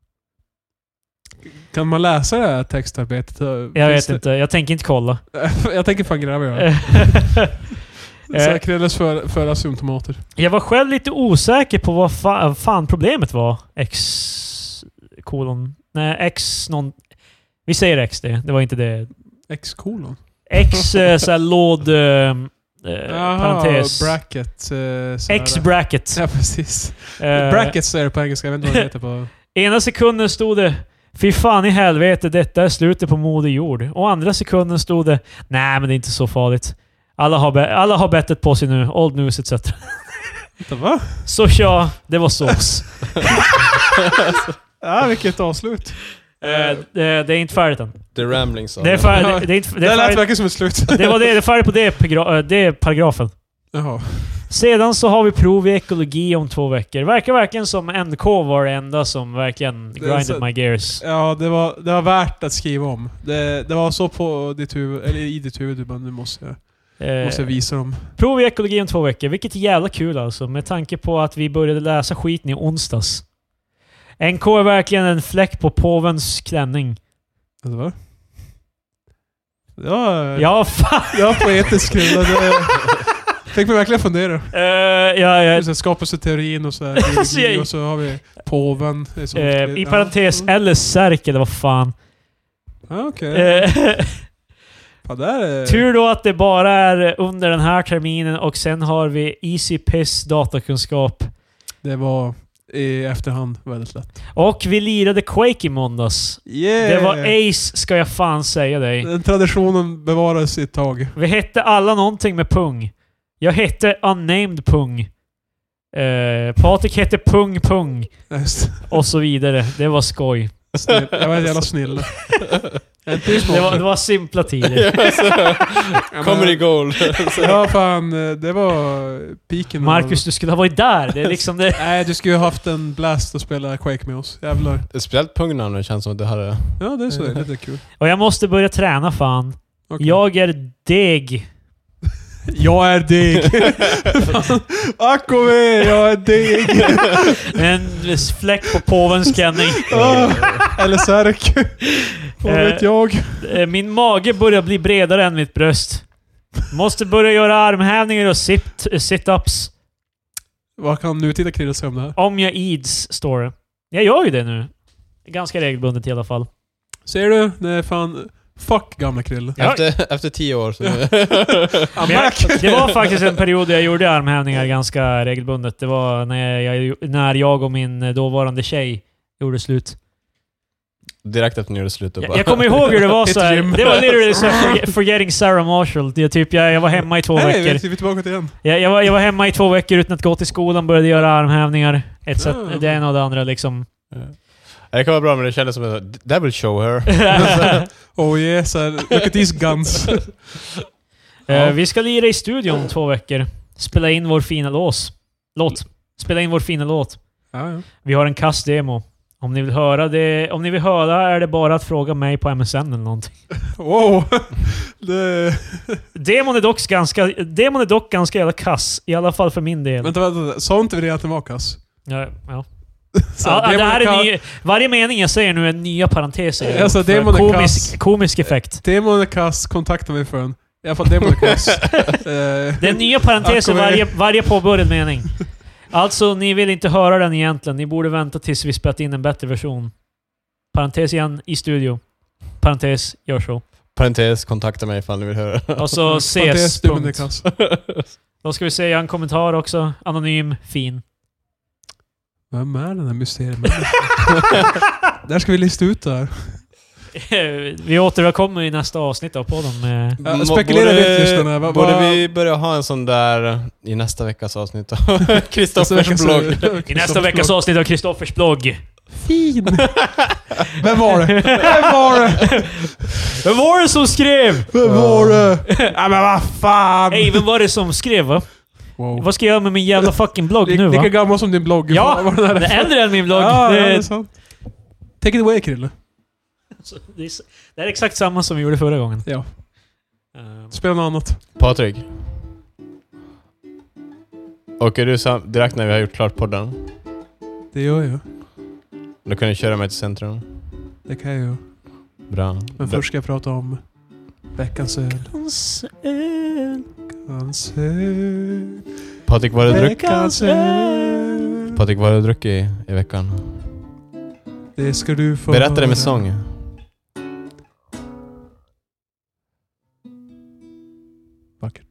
Kan man läsa det här textarbetet? Jag vet inte, jag tänker inte kolla. jag tänker fan gräva göra. Eh, Så här Krilles för, föra symptomater. jag var själv lite osäker på vad fa fan problemet var. X... kolon... Nej, X någon... Vi säger X det, det var inte det. X-kolon. X eh, såhär låd... Eh, eh, Jaha, parentes. bracket. eh, så här. X-bracket. Ja, precis. Eh, Brackets är det på engelska, jag vet inte vad det heter på... Ena sekunden stod det "Fy fan i helvete, detta är slutet på Moder Jord." Och andra sekunden stod det "Nej, men det är inte så farligt. Alla har, be- alla har bettet på sig nu. Old news et cetera" Vänta, va? Så ja, det var sås. Ja, vilket avslut. Eh, det, det är inte färdigt än. The Ramblings av Det är färdigt. Det, det, är inte, det, Det är lät färdigt, verkligen som ett slut. det var det, det är färdigt på det, pagra- eh, det paragrafen. Jaha. Sedan så har vi prov i ekologi om två veckor. Verkar verkligen som N K var det enda som verkligen är grinded så- my gears. Ja, det var, det var värt att skriva om. Det, det var så på ditt huvud, eller i ditt huvud, du bara, nu måste jag, Eh, måste jag visa dem. Prov i ekologi om två veckor, vilket är jävla kul alltså, med tanke på att vi började läsa skiten i onsdags. N K är verkligen en fläck på påvens klänning. Vänta, va? Ja, Ja, fan! jag har poetisk skriva. Det fick mig verkligen fundera. Uh, ja, ja, Så här, skapelseteorin och så här, Alltså, jag- biologi, och så har vi påven. det är som- eh, I ja. parentes, Mm. eller särk, eller vad fan. Ja, okej. Eh, Fan, där är... tur då att det bara är under den här terminen, och sen har vi Easy Piss datakunskap. Det var i efterhand väldigt lätt. Och vi lirade Quake i måndags. Yeah! Det var Ace, ska jag fan säga dig. Den traditionen bevaras i ett tag. Vi hette alla någonting med pung. Jag hette Unnamed Pung. Eh, Patrik hette Pung Pung. Just. Och så vidare. Det var skoj. Snill. Jag var en jävla snille. Jag är inte Det var, det var simpla tider. Kommer i gold. Ja, fan. Det var piken. Marcus, du skulle ha varit där. Det är liksom det. Nej, du skulle ju haft en blast och spela Quake med oss. Jävlar. Speciellt pungnamnet känns som att det hade... Ja, det är så. Det är lite kul. Och jag måste börja träna fan. Okay. Jag är deg. Jag är deg. Akove, jag är deg. En fläck på påvens klänning. Ah, eller särk. Vad vet jag? Eh, Min mage börjar bli bredare än mitt bröst. Måste börja göra armhävningar och sit- sit-ups. Vad kan nutida Krille säga om det här? Om jag ids, står det. Jag gör ju det nu. Ganska regelbundet i alla fall. Ser du? Det är fan... Fuck gamla Krille. Ja. Efter, efter tio år. Så Men jag, det var faktiskt en period där jag gjorde armhävningar ganska regelbundet. Det var när jag, när jag och min dåvarande tjej gjorde slut. direkt efter ni gjorde slut. Jag, jag kommer ihåg hur det var så här. Det var literally så här, forgetting Sarah Marshall. Det, typ, jag, jag var hemma i två Nej, veckor. vi är tillbaka till den. Jag, jag, var, jag var hemma i två veckor utan att gå till skolan, började göra armhävningar. Ett sätt, Ja. det ena och det andra liksom. Det kan vara bra, men det kändes som att that will show her. Oh yeah, så här, look at these guns. Uh, vi ska lira i studion två veckor. Spela in vår fina lås. Låt. Spela in vår fina låt. Ja, ja. Vi har en kass-demo. Om ni vill höra det, om ni vill höra är det bara att fråga mig på M S N eller någonting. Wow. Det... Demon är dock ganska, demon är dock ganska jävla kass. I alla fall för min del. Vänta, vänta. Sa inte vi det att den var kass? Ja, ja. Så, Ja, det här är kass. ny, varje mening jag säger nu är nya parenteser. Alltså, för demon är komisk, kass. komisk effekt. Demon är kass, kontakta mig för en. I alla fall demon är kass. Eh, Det är nya parenteser Akkurat. varje, varje påbörjad mening. Alltså, ni vill inte höra den egentligen. Ni borde vänta tills vi spelat in en bättre version. Parentes igen i studio. Parentes, gör så. Parentes, kontakta mig ifall ni vill höra. Och så Parentes, ses. demon är Punkt. kass. Då ska vi säga en kommentar också. Anonym, fin. Vem är den här mysteriemänniskan? Där ska vi lista ut det här. Vi återkommer i nästa avsnitt av podden med... Ja, Må- spekulera borde- lite just den här. Vad- Borde vad- vi börja ha en sån där i nästa veckas avsnitt av Kristoffers blogg? I nästa veckas avsnitt av Kristoffers blogg. Fin! Vem var det? Vem var det? Vem var det som skrev? Vem var det? Nej men vad fan! Hej, vem var det som skrev va? Wow. Vad ska jag göra med min jävla fucking blogg Li- nu va? Lika gammal som din blogg. Ja, Vad var det, det är äldre än min blogg. Ja, det, ja, det är är, sant. Take it away Krille. det, är, det är exakt samma som vi gjorde förra gången. Ja. Uh, Spela något annat. Patrik. Åker du sam- direkt när vi har gjort klart podden? Det gör jag. Då kan du köra mig till centrum. Det kan jag göra. Bra. Men först ska jag prata om veckans öl. Veckans öl. Veckans öl. Patrik, vad har du druckit? Veckans öl. Patrik, vad har du druckit i, i veckan? Det ska du få Berätta det höra. med sång. Vackert.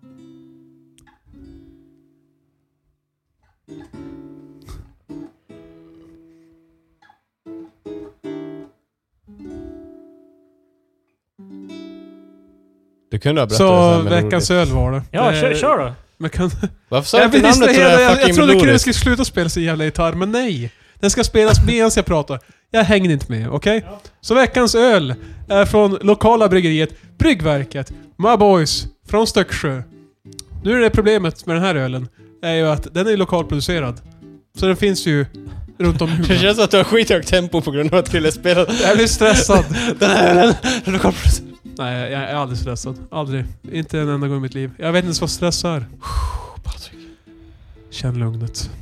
Du kunde ha berättat Så det så här veckans melodiskt. öl var det. Ja, Eh, kör, kör då. Men kan... Varför sa du Jag, inte visste namnet så hela, där jag, jag fucking trodde Krille melodiskt? skulle sluta spela sin jävla gitarr, men nej. Den ska spelas medan jag pratar. Jag hänger inte med, okej? Ja. Så veckans öl är från lokala bryggeriet Bryggverket. My Boys från Stöcksjö. Nu är det problemet med den här ölen är ju att den är lokalproducerad. Så den finns ju runt om i Det huvudet. känns som att du har skithögt tempo på grund av att Krille spelar. Jag blir stressad. Den här ölen. Den är kompromiss. Nej, jag är aldrig stressad. Aldrig. Inte en enda gång i mitt liv. Jag vet inte ens vad stress är. Patrik. Känn lugnet.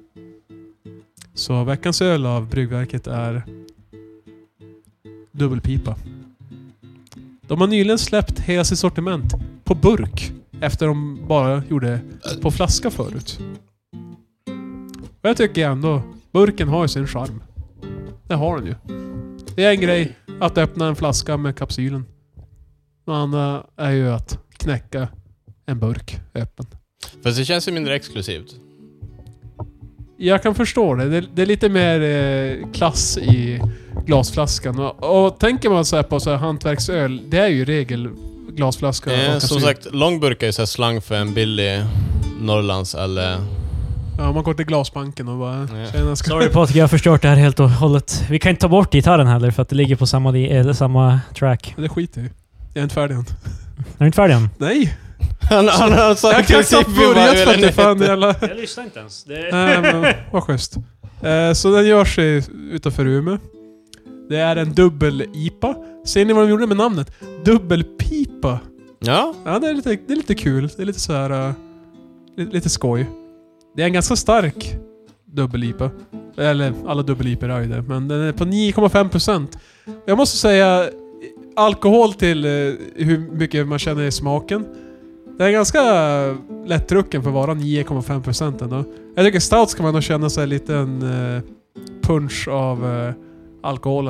Så veckans öl av Bryggverket är dubbelpipa. De har nyligen släppt hela sitt sortiment på burk efter de bara gjorde på flaska förut. Och jag tycker ändå burken har ju sin charm. Det har den ju. Det är en grej att öppna en flaska med kapsylen. Något annat är ju att knäcka en burk öppen. Fast det känns ju mindre exklusivt. Jag kan förstå det. Det, det är lite mer eh, klass i glasflaskan. Och, och tänker man så här på så här hantverksöl, det är ju i regel glasflaska. och Eh, kapsyl. som sagt, långburk är ju så här slang för en billig Norrlands eller... Ja, man går till glasbanken och bara... Ja. Tjena, ska... Sorry Patrik, jag har förstört det här helt och hållet. Vi kan inte ta bort gitarren heller för att det ligger på samma, li- eller samma track. Det skiter jag i. Jag är inte färdig än. Är du inte färdig än? Nej! Han, han har sagt Jag kan knappt börjat för att det fan jävla... Jag lyssnar inte ens. Det... Nej men, vad schysst. Eh, så den görs i, utanför Umeå. Det är en dubbel-I P A. Ser ni vad de gjorde med namnet? Dubbelpipa. Ja, Ja, det är lite, det är lite kul. Det är lite så här... Uh, lite, lite skoj. Det är en ganska stark dubbel-I P A. Eller, alla dubbel-I P A är ju det. Men den är på nio komma fem procent. Jag måste säga... Alkohol till uh, hur mycket man känner i smaken. Den är ganska lättdrucken för att vara nio komma fem procent ändå. Jag tycker stout ska man nog känna sig lite en uh, punch av uh, alkoholen.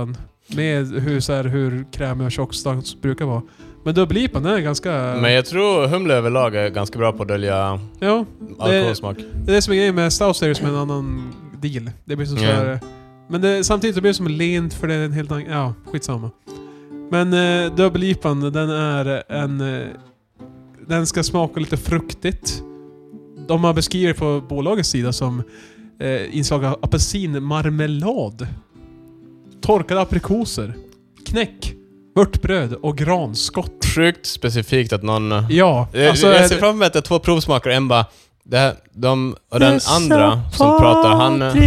Med hur, så här, hur krämig och tjockstark brukar vara. Men dubbel-I P A, den är ganska... Men jag tror humle överlag är ganska bra på att dölja ja, alkoholsmak. Det, det är det som är grejen med Stout Series med en annan deal. Det blir så Yeah. sådär... Men det, samtidigt det blir det som en lent för det är en helt annan... Ja, skitsamma. Men eh, dubbel-I P A, den är en... Eh, den ska smaka lite fruktigt. De har beskrivit på bolagets sida som eh, inslag av apelsinmarmelad, torkade aprikoser, knäck, vörtbröd och granskott. Sjukt specifikt att någon... Ja, alltså, jag ser fram emot att det är två provsmakare. En bara... Det här, de, och den andra som pratar, han... han,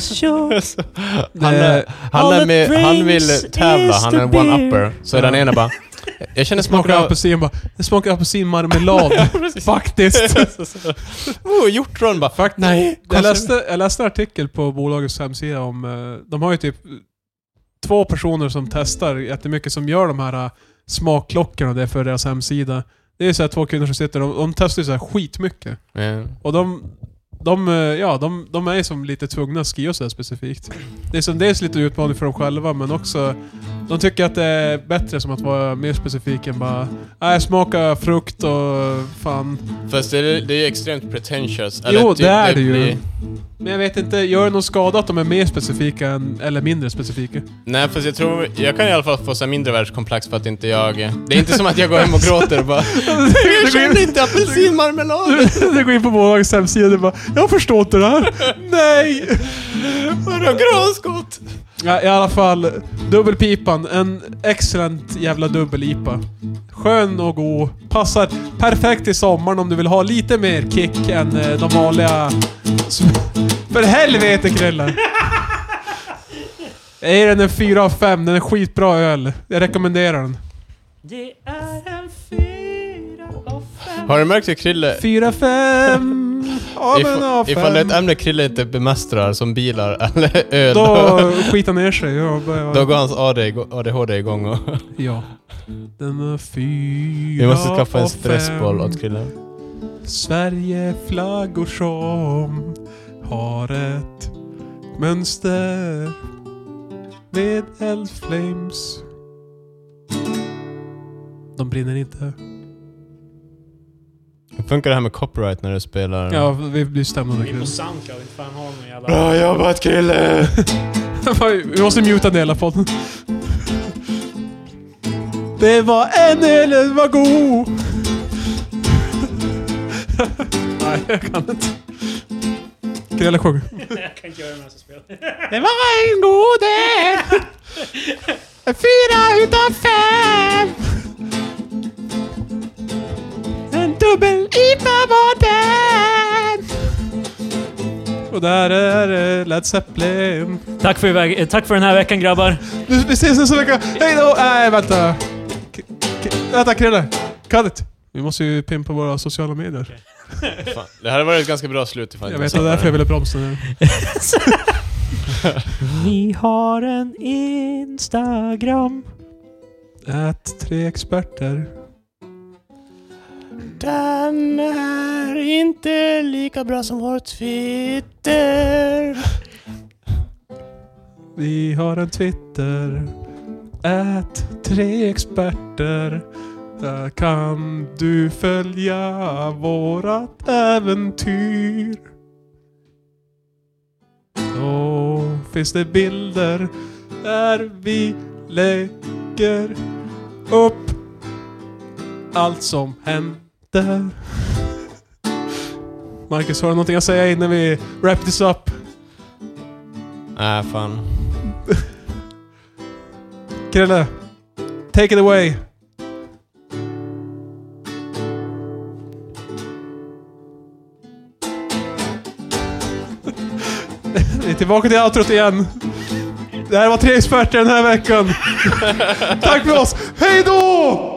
är, han, är med, han vill tävla, han är en one-upper. Så den ena bara... Jag känner smakar smakar apelsin bara. Det smakar apelsinmarmelad. Faktiskt. oh, hjortron bara. Fakt, nej. Jag läste, jag läste en artikel på bolagets hemsida om... De har ju typ två personer som testar jättemycket, som gör de här smakklockorna och det för deras hemsida. Det är så här två kvinnor som sitter, de, de testar ju så här skitmycket. Mm. Och de, de, ja, de, de är som lite tvungna att skriva så här specifikt. Det är som dels lite utmaning för dem själva, men också de tycker att det är bättre som att vara mer specifik än bara äh, smaka frukt och fan. Fast det är, det är ju extremt pretentious. Eller jo, typ det är det ju. Blir... Men jag vet inte, gör det någon skada att de är mer specifika än, eller mindre specifika? Nej, fast jag tror... Jag kan i alla fall få så mindre världskomplex för att inte jag... Det är inte som att jag går hem och gråter och bara... jag känner inte apelsinmarmelad! Du går in på bolagets hemsida och bara... Jag förstår inte det här! Nej! Vadå granskott? Ja, i alla fall, dubbelpipan, en excellent jävla dubbel-I P A. Skön och god, passar perfekt i sommaren om du vill ha lite mer kick än eh, de vanliga... För helvete, Krille! Jag ger den en fyra av fem, den är skitbra öl. Jag rekommenderar den. Det är en fyra av fem. Har du märkt hur Krille... fyra fem av If, en av fem. Ifall det är ett ämne Krille inte bemästrar som bilar eller öl, då skitar ner sig. Ja, bara, då går hans A D H D igång och... ja. Den är fyra. Vi måste skaffa en stressboll åt Krille. Sverige flaggor som har ett mönster med eldflames. De brinner inte. Hur funkar det här med copyright när du spelar? Ja, vi blir stämda. Vi är på Soundcloud, inte fan har någon jävla... Bra jobbat, Krille! Vi måste muta en del av podden. Det var en öl, den var god. Nej, jag kan inte. Krille sjung. Jag kan inte göra det med så spel. Det var en god öl. En fyra utav fem. En dubbel-I P A var den. Och där är eh, Led Zeppelin. Tack för, iväg, eh, tack för den här veckan, grabbar. Vi ses nästa vecka. Hej då! Nej, vänta. K- k- vänta, Krille. Cut it. Vi måste ju pimpa våra sociala medier. Fan, det här har varit ett ganska bra slut ifall Jag vet att därför jag ville bromsa nu. Vi har en Instagram. Ät tre experter. Den är inte lika bra som vår Twitter. Vi har en Twitter. Ät tre experter. Där kan du följa vårat äventyr. Då finns det bilder där vi lägger upp allt som händer. Marcus, har du någonting att säga innan vi wrap this up? Nej, äh, fan. Krille, take it away. Vi är tillbaka till outrot igen. Det här var tre experter den här veckan. Tack för oss. Hej då!